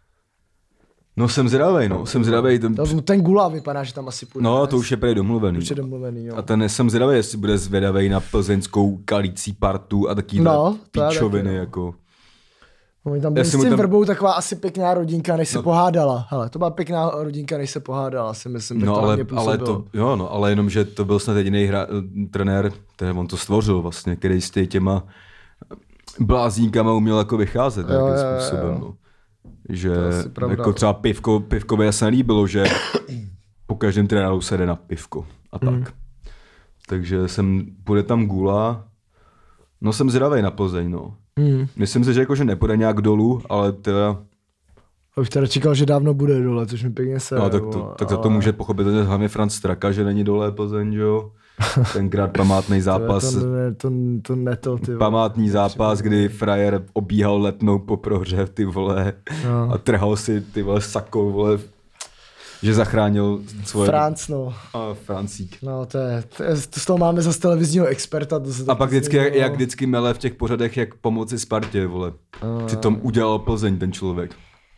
No jsem zvědavej, no, jsem zvědavej. Ten, To, ten Gula vypadá, že tam asi půjde. no ne? to už je prý domluvený. Už je domluvený, jo. A ten jsem zvědavej, jestli bude zvědavej na plzeňskou kalící partu a takovýhle No, to je píčoviny, taky, no. jako. Oni tam byli Jestli s mu tím tam- Vrbou taková asi pěkná rodinka, než se No. pohádala. Hele, to byla pěkná rodinka, než se pohádala, si myslím, tak No to ale, ale, ale to, jo, no, ale jenom, že to byl snad jediný hra, trenér, který on to stvořil vlastně, který s těma blázníkama uměl jako vycházet Jo, nějakým jo, jo, způsobem, jo. no. Že To je asi pravda, jako no. třeba pivko, pivkovi se nelíbilo, že po každém trenéru se jde na pivko a tak. Hmm. Takže jsem, půjde tam Gula, no jsem zvědavej na Plzeň, no. Hmm. Myslím si, že jako, že nepůjde nějak dolů, ale teda, Už teda čekal, že dávno bude dole, což mi pěkně se. no, tak, to, tak za to může pochopitelně hlavně Franz Straka, že není dole Plzeň, že jo. Tenkrát památný zápas, To, ne, to, to neto, ty vole. památný zápas, kdy frajer obíhal letnou po prohře, ty vole, No. a trhal si, ty vole, sako, vole, že zachránil svoje... Franc, no. A Francík. No, to je, to je, to z toho máme za televizního experta. To se A taky pak vždycky, jak, změnilo. jak vždycky mele v těch pořadech, jak pomoci Spartě, vole. Přitom udělal Plzeň ten člověk.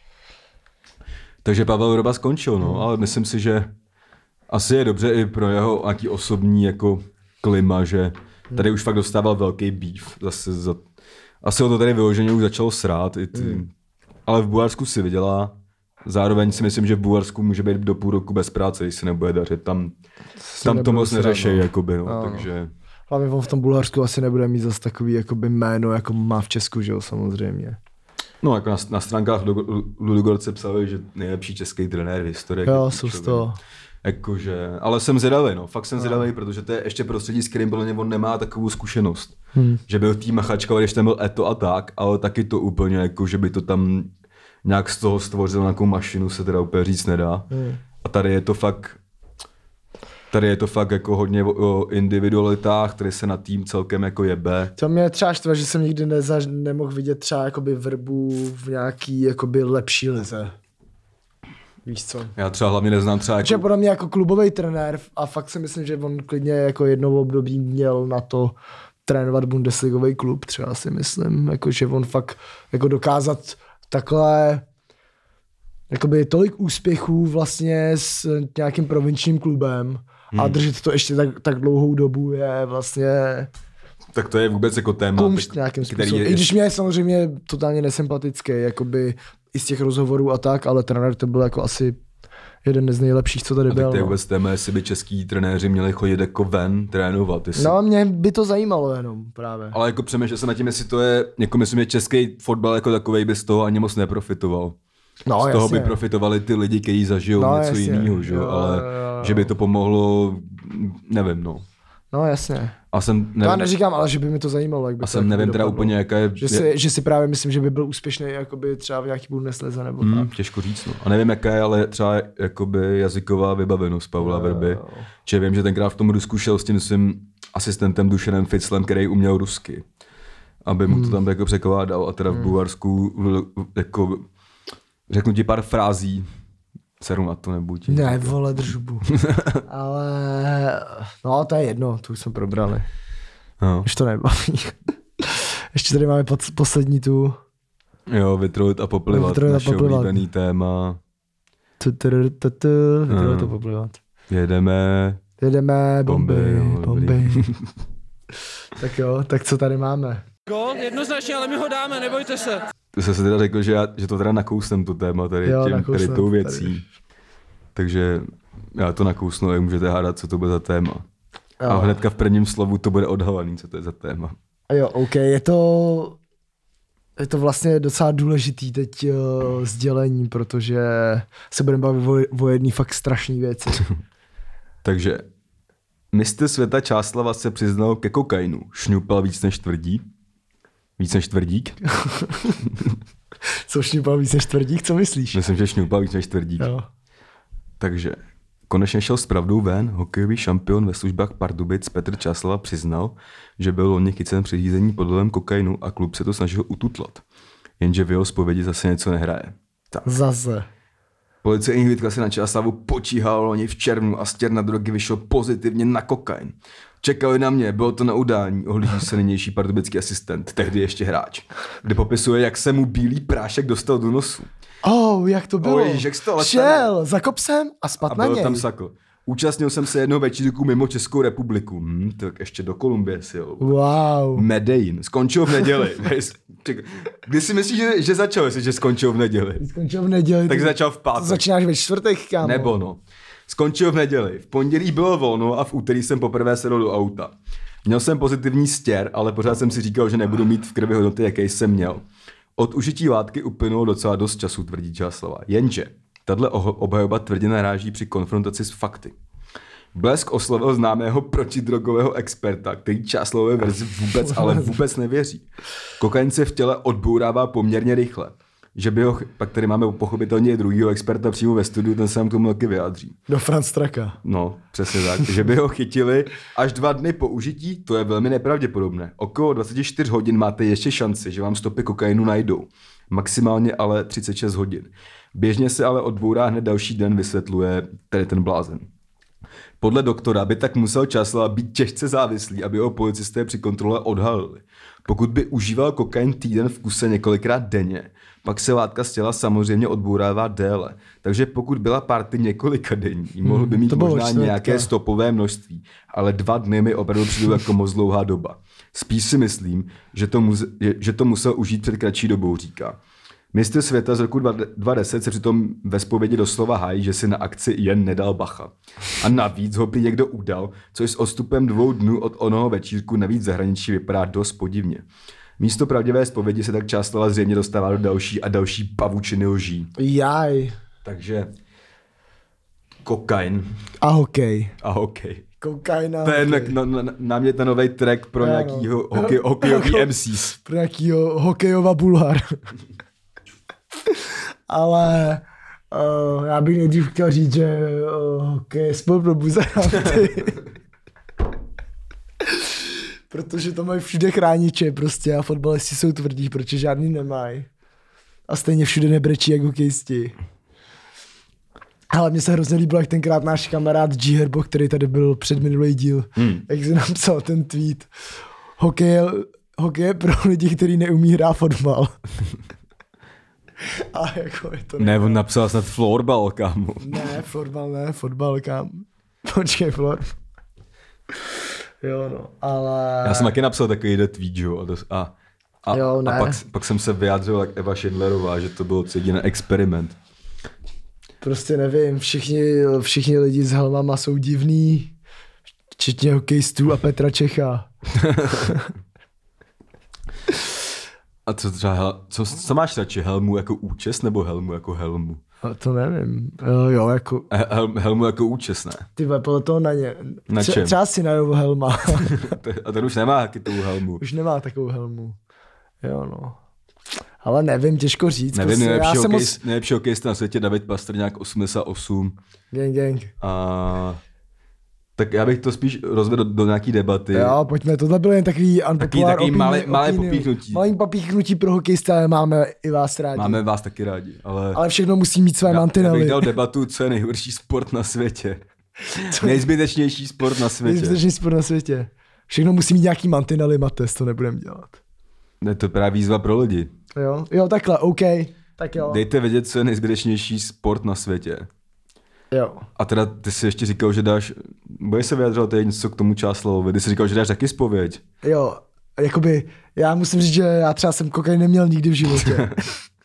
Takže Pavel Vrba skončil, no, ale myslím si, že asi je dobře i pro jeho nějaký osobní jako klima, že tady už fakt dostával velký beef. Zase za... Asi ho to tady vyloženě už začalo srát. I ty... Ale v Bulharsku si vydělá. Zároveň si myslím, že v Bulharsku může být do půl roku bez práce, když se nebude dařit. Tam, tam to nebudou moc srát, neřeší, no. jakoby, no, No. takže... Hlavně on v tom Bulharsku asi nebude mít zase takový jakoby jméno, jako má v Česku, že jo, samozřejmě. No, jako na, na stránkách Ludogorce psali, že nejlepší český trenér v historii. Jo, jsou z toho. Jakože, ale jsem zvědavý, no, fakt jsem zvědavý, protože to je ještě prostředí, s kterým podle mě on nemá takovou zkušenost. Hmm. Že byl tým Machačka, když tam byl Eto a tak, ale taky to úplně, jako, že by to tam nějak z toho stvořil nějakou mašinu, se teda úplně říct nedá. Hmm. A tady je to fakt, tady je to fakt jako hodně o, o individualitách, který se na tým celkem jako jebe. To mě třeba štve, že jsem nikdy neza, nemohl vidět třeba jakoby Vrbu v nějaký jakoby lepší lize. Víš co? Já třeba hlavně neznám třeba Protože jako... podle mě jako klubový trenér a fakt si myslím, že on klidně jako jednou období měl na to trénovat Bundesligový klub, třeba si myslím, jako že on fakt jako dokázat takhle jakoby tolik úspěchů vlastně s nějakým provinčním klubem a Hmm. držet to ještě tak, tak dlouhou dobu je vlastně Tak to je vůbec jako téma, kumšt tak- nějakým který způsobem. je, I když mě je samozřejmě totálně nesympatický, jakoby i z těch rozhovorů a tak, ale trenér to byl jako asi jeden z nejlepších, co tady a byl. tak to je No. vůbec téma, jestli by český trenéři měli chodit jako ven trénovat. Jestli... no, mě by to zajímalo jenom právě. Ale jako přemýšlel jsem nad tím, jestli to je, jako myslím, že český fotbal jako takovej by z toho ani moc neprofitoval. No, z toho jasně. by profitovali ty lidi, kteří zažijou No, něco jasně. jiného, že? Jo, Ale jo, jo. že by to pomohlo, nevím, no. No jasně. A jsem, To já nevím, neříkám, ale že by mi to zajímalo, jak by a to jsem nevím teda dopadlo. úplně, jaká je, Že si, že si právě myslím, že by byl úspěšný jakoby třeba v nějaký Bundeslize nebo Hmm, tak. těžko říct, no. A nevím, jaká je, ale třeba jakoby jazyková vybavenost Pavla Vrby. Čiže vím, že tenkrát v tom Rusku šel s tím svým asistentem Dušanem Ficlem, který uměl rusky. Aby mu to tam jako překládal. A teda v Bulharsku jako řeknu ti pár frází. Seru na to nebuď. Ne, vole, držbu. Ale no, to je jedno, to už jsme probrali. No. Už to nebaví. Ještě tady máme pod, poslední tu. Jo, vytrolit a poplivat, Vytrolit a naše poplivat. oblíbený téma. Tu, tu, tu, tu, tu, vytrolit No. a poplivat. Jedeme. Jedeme, bomby, Bomby, jo, bomby. dobrý. Tak jo, tak co tady máme? Gól, jednoznačně, ale my ho dáme, nebojte se. To jsem si teda řekl, že, já, že to teda nakousnem to téma tady, Jo, tím, tady nakousnem tou to věcí. tady. Takže já to nakousnu, jak můžete hádat, co to bude za téma. Jo. A hnedka v prvním slovu to bude odhalený, co to je za téma. A jo, OK, je to, je to vlastně docela důležitý teď uh, sdělení, protože se budeme bavit o, o jedný fakt strašný věci. Takže mistr světa Čáslava se přiznal ke kokainu. Šňupal víc než tvrdí. Víc než tvrdík? Co šňupal víc než tvrdík, co myslíš? Myslím, že šňupal víc než tvrdík. Jo. Takže konečně šel s pravdou ven. Hokejový šampion ve službách Pardubic Petr Čáslava přiznal, že byl loni chycen při řízení pod vlivem kokainu a klub se to snažil ututlat. Jenže v jeho zpovědi zase něco nehraje. Tak. Zase. Policejní hlídka se na Čáslavu počíhal loni v červnu a stěr na drogy vyšel pozitivně na kokain. Čekali na mě, bylo to na udání, ohlíží se nynější pardubický asistent, tehdy ještě hráč, kde popisuje, jak se mu bílý prášek dostal do nosu. Oh, jak to bylo? Oh, ježiš, jak jsi to ale Šel za kopsem a spat A na byl něj. tam sakl. Účastnil jsem se jednoho večírku mimo Českou republiku. Hm, tak ještě do Kolumbie si jel. Wow. Medellín. Skončil v neděli. Kdy si myslíš, že, že začal, jestli že skončil v neděli? Skončil v neděli. Tak to- začal v To pátek. začínáš ve čtvrtek, kámo. Nebo no. Skončil v neděli. V pondělí bylo volno a v úterý jsem poprvé sedl do auta. Měl jsem pozitivní stěr, ale pořád jsem si říkal, že nebudu mít v krvi hodnoty, jaké jsem měl. Od užití látky uplynulo docela dost času, tvrdí Čáslava. Jenže tahle oho- obhajoba tvrdě naráží při konfrontaci s fakty. Blesk oslovil známého protidrogového experta, který Čáslavovi verzi vůbec, ale vůbec nevěří. Kokain se v těle odbourává poměrně rychle. Že by ho, pak tady máme pochopitelně druhýho experta přímo ve studiu, ten se nám k tomu taky vyjádří. Do Franz Traka. No, přesně tak. Že by ho chytili až dva dny po užití, to je velmi nepravděpodobné. Okolo dvacet čtyři hodin máte ještě šanci, že vám stopy kokainu najdou. Maximálně ale třicet šest hodin. Běžně se ale odbourá hned další den, vysvětluje tady ten blázen. Podle doktora by tak musel Čáslava být těžce závislý, aby ho policisté při kontrole odhalili. Pokud by užíval kokain týden v kuse několikrát denně, pak se látka z těla samozřejmě odbourává déle. Takže pokud byla party několika denní, mohl by mít to bylo možná čtvrtka. nějaké stopové množství, ale dva dny mi opravdu přijdou jako moc dlouhá doba. Spíš si myslím, že to, muze- že to musel užít před kratší dobou, říká. Mistr světa z roku dva tisíce deset se přitom ve zpovědi doslova hájí, že si na akci jen nedal bacha. A navíc ho prý někdo udal, což s odstupem dvou dnů od onoho večírku navíc zahraničí vypadá dost podivně. Místo pravdivé zpovědi se tak Čáslava zřejmě dostává do další a další pavučiny lží. Jaj. Takže kokain A hokej. a hokej. Kokaina. To je na, hokej. na, na, na mě ten nový track pro Ano. nějakýho hokej, hokejový M Cs. Pro nějakýho hokejova bulhar. Ale uh, já bych nejdřív chtěl říct, že uh, hokej je sport pro buzeranty. Protože to mají všude chrániče prostě a fotbalisti jsou tvrdí, protože žádný nemají. A stejně všude nebrečí jak hokejisti. Ale mně se hrozně líbilo, jak tenkrát náš kamarád G. Herbo, který tady byl před minulý díl, hmm. jak si napsal ten tweet. Hokej je, hokej je pro lidi, kteří neumí hrát fotbal. A jako je to... Ne, on napsal snad florbal, kámo. Ne, fotbal ne, fotbal kam. Počkej, flor. Jo no, ale... Já jsem taky napsal takový tweet, jo, a, dos- a, a, Jo, ne. a pak, pak jsem se vyjádřil jak Eva Schindlerová, že to byl jediný experiment. prostě nevím, všichni, všichni lidi s helmama jsou divný, včetně hokejistů a Petra Čecha. A co třeba, hel- co, co máš radši, helmu jako účes nebo helmu jako helmu? A to nevím, jo, jo jako... Hel, helmu jako účes, ne? Ty vole, podle toho na ně. Na Tře- čem? Třeba si najdu helma. A ten už nemá taky tu helmu. Už nemá takovou helmu. Jo no. Ale nevím, těžko říct. Nevím, prostě, nejlepší, já jsem hokejist, moc... nejlepší hokejista na světě David Pastrňák osmdesát osm. Gang, gang. A tak já bych to spíš rozvedl do, do nějaký debaty. Jo, pojďme, tohle byl jen takový Takový, unpopular takový opinion- malé, malé opinion. popíchnutí. Malý popíchnutí pro hokejista, ale máme i vás rádi. Máme vás taky rádi, ale, Ale všechno musí mít své já, já mantinely. bych dal debatu, co je nejhorší sport na světě. Nejzbytečnější sport na světě. Nejzbytečnější sport na světě. Všechno musí mít nějaký mantinely, Mates, to nebudem dělat. Ne, to je právě výzva pro lidi. Jo, jo, takhle, OK. Tak jo. Dejte vědět, co je nejzbytečnější sport na světě. Jo. A teda ty jsi ještě říkal, že dáš, boje se vyjadřovat tady něco k tomu Čáslovovi, ty jsi říkal, že dáš taky zpověď. Jo, jakoby, já musím říct, že já třeba jsem kokain neměl nikdy v životě. uh,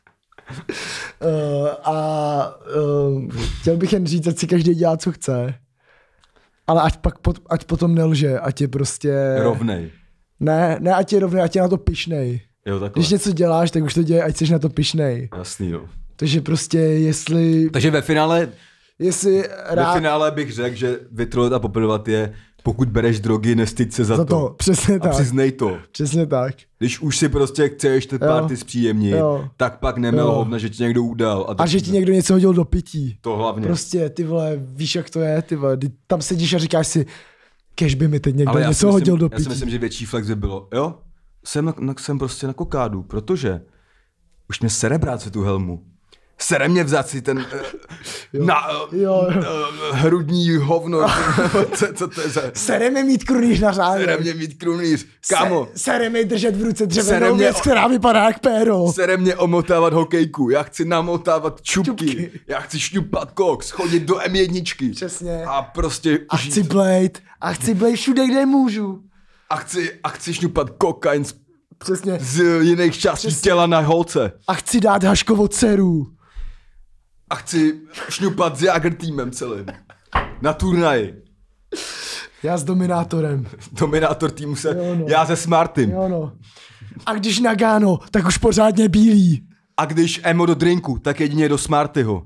a uh, chtěl bych jen říct, ať si každý dělá, co chce. Ale ať pak pot, ať potom nelže, ať je prostě... Rovnej. Ne, ne, ať je rovnej, ať je na to pyšnej. Jo, takhle. Když něco děláš, tak už to děje, ať jsi na to pyšnej. Jasný, no. Takže prostě, jestli... Takže ve finále, Jestli rád... ve finále bych řekl, že vytrolit a popilovat je, pokud bereš drogy, nestyď se za, Za to, přesně A tak. přiznej to. Přesně tak. Když už si prostě chceš ty party zpříjemnit, Jo. tak pak nemel Jo. hovna, že ti někdo udal. A, A že ti někdo něco hodil do pití. To hlavně. Prostě, ty vole, víš, jak to je, ty vole, ty tam sedíš a říkáš si, kež by mi teď někdo Ale já si, něco myslím, hodil do já pití. si myslím, že větší flex by bylo, jo, jsem, na, na, jsem prostě na kokádu, protože už mě sere brát si tu helmu. Sere mě vzat si ten uh, na, uh, Jo. uh, hrudní hovno, co, co to je za... Sere mi mít krunýř na řádě. Sere mě mít krunýř, kámo. Se, sere mi držet v ruce Sere dřevěnou mě- věc, která vypadá jak péro. Sere mě omotávat hokejku, já chci namotávat čupky, Čupky. já chci šňupat koks, chodit do em jedna. Přesně. A prostě A chci blade. A chci blade všude, kde můžu. a chci, a chci šňupat kokain z, Přesně. z jiných částí Přesně. těla na holce. A chci dát Haškovo dceru. A chci šňupat s Jágr týmem celým. Na turnaji. Já s Dominátorem. Dominátor týmu se, Jo, no. já se Smartym. Jo no. A když Nagano, tak už pořádně bílý. A když emo do drinku, tak jedině do Smartyho.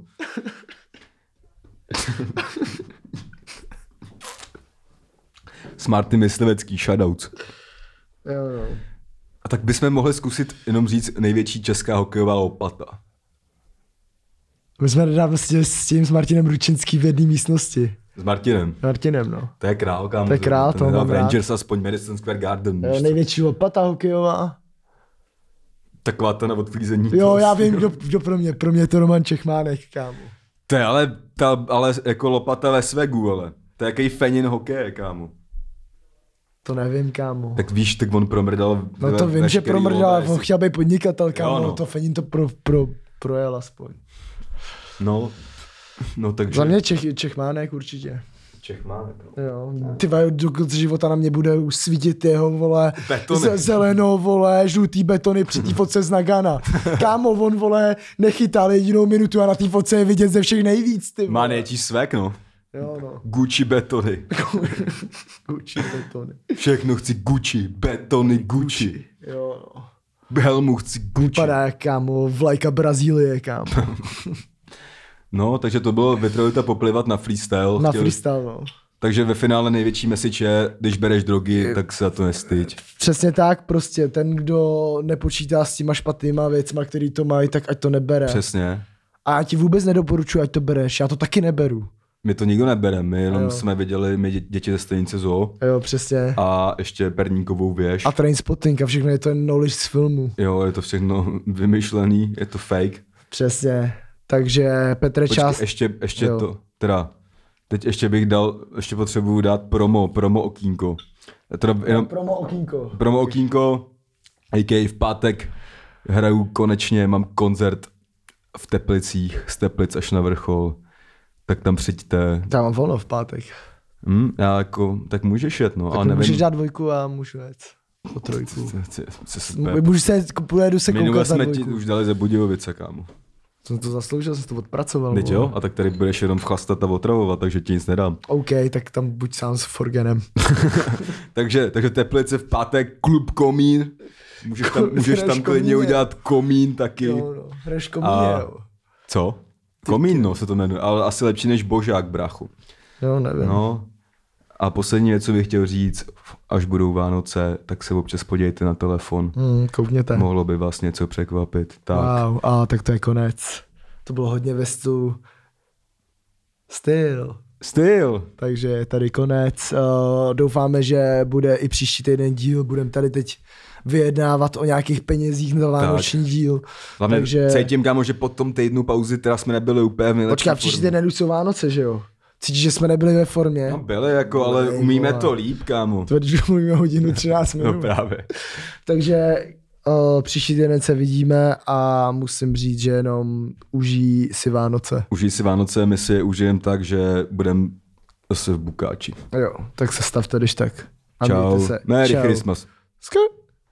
Smarty myslivecký, shoutouts. Jo no. A tak bychom mohli zkusit jenom říct největší česká hokejová lopata. My jsme nedávno s, s tím s Martinem Ručinský v jedné místnosti. S Martinem. Martinem, no. To je král, kámo. To je král, Ten toho hrál mám v rád. Rangers aspoň Madison Square Garden. Jo, víš co? největší lopata hokejová. Taková ta na odklízení. Jo, toho. já vím, kdo, kdo pro mě. Pro mě je to Roman Čechmánek, kámo. To je ale, ta, ale jako lopata ve svegu, ale. To je jaký fenin hokeje, kámo. To nevím, kámo. Tak víš, tak on promrdal. No to vím, že promrdal, ale on chtěl být podnikatel, kámo. Jo, no. To Fenin to pro, pro, projel aspoň. No, no takže. Za mě Čech, Čechmánek určitě. Čech má, no. Jo, ty vole, do konce života na mě bude už svítit jeho, vole, Betony. z- zeleno, vole, žlutý betony při té fotce z Nagana. Kámo, on, vole, nechytal jedinou minutu a na té fotce je vidět ze všech nejvíc, ty vole. Má největší svek, no. Jo, no. Gucci betony. Gucci betony. Všechno chci Gucci, betony Gucci. Jo, no. Helmu chci Gucci. Vypadá jak, kámo, vlajka Brazílie, kámo. No, takže to bylo vytrolit a poplivat na freestyle. Na Chtěli- freestyle, no. Takže ve finále největší message je, když bereš drogy, tak se za to nestyď. Přesně tak, prostě ten, kdo nepočítá s těma špatnýma věcma, který to mají, tak ať to nebere. Přesně. A já ti vůbec nedoporučuji, ať to bereš, já to taky neberu. My to nikdo nebere, my jenom Jo. jsme viděli my dě- děti ze stejnice zoo Jo, přesně. a ještě Perníkovou věž. A Trainspotting a všechno je to jen knowledge z filmu. Jo, je to všechno vymyšlený, je to fake. Přesně. Takže Petr Počkej, Část... ještě, ještě Jo. to, teda, teď ještě bych dal, ještě potřebuju dát promo, promo okýnko. Teda jenom, Promo okýnko. promo okýnko, a k a v pátek hraju konečně, mám koncert v Teplicích, z Teplic až na vrchol, tak tam přijďte. Já mám volno v pátek. Hm, já jako, tak můžeš jet, no, Tak ale mi nevím. můžeš dát dvojku a můžu jet. Po trojku. Co- co- co se tebe- Můžu se, pojedu se Minule koukat na jsme ti dvojku. už dali ze Budějovice, kámo. Jsem to zasloužil, jsem to odpracoval. Teď jo? A tak tady budeš jenom chlastat a otravovat, takže ti nic nedám. OK, tak tam buď sám s Forgenem. takže, takže Teplice v pátek, klub Komín. Můžeš tam, můžeš tam klidně komíně. udělat Komín taky. Jo, no, hraješ komíně, A- jo. Co? Komín, no, se to jmenuje, ale asi lepší než Božák, brachu. Jo, nevím. No. A poslední věc, co bych chtěl říct, až budou Vánoce, tak se občas podívejte na telefon. Hmm, koukněte. Mohlo by vás něco překvapit. Tak. Wow, a tak to je konec. To bylo hodně ve stylu styl. Styl. Takže je tady konec. Uh, doufáme, že bude i příští týden díl. Budeme tady teď vyjednávat o nějakých penězích na vánoční díl. Hlavně Takže... cítím, kámo, že po tom týdnu pauzy teda jsme nebyli úplně v nejlepší Počkej, příští formě. týden už jsou Vánoce, že jo? Cítíš, že jsme nebyli ve formě? No byli jako, ale Ej, umíme vole. to líp, kámo. To když mluvíme hodinu třináct minut. No právě. Takže uh, příští týden se vidíme a musím říct, že jenom užij si Vánoce. Užij si Vánoce, my si je užijeme tak, že budeme zase v Bukáči. Jo, tak se stavte, když tak. A Čau. mějte se. Merry Čau. Christmas. Skr.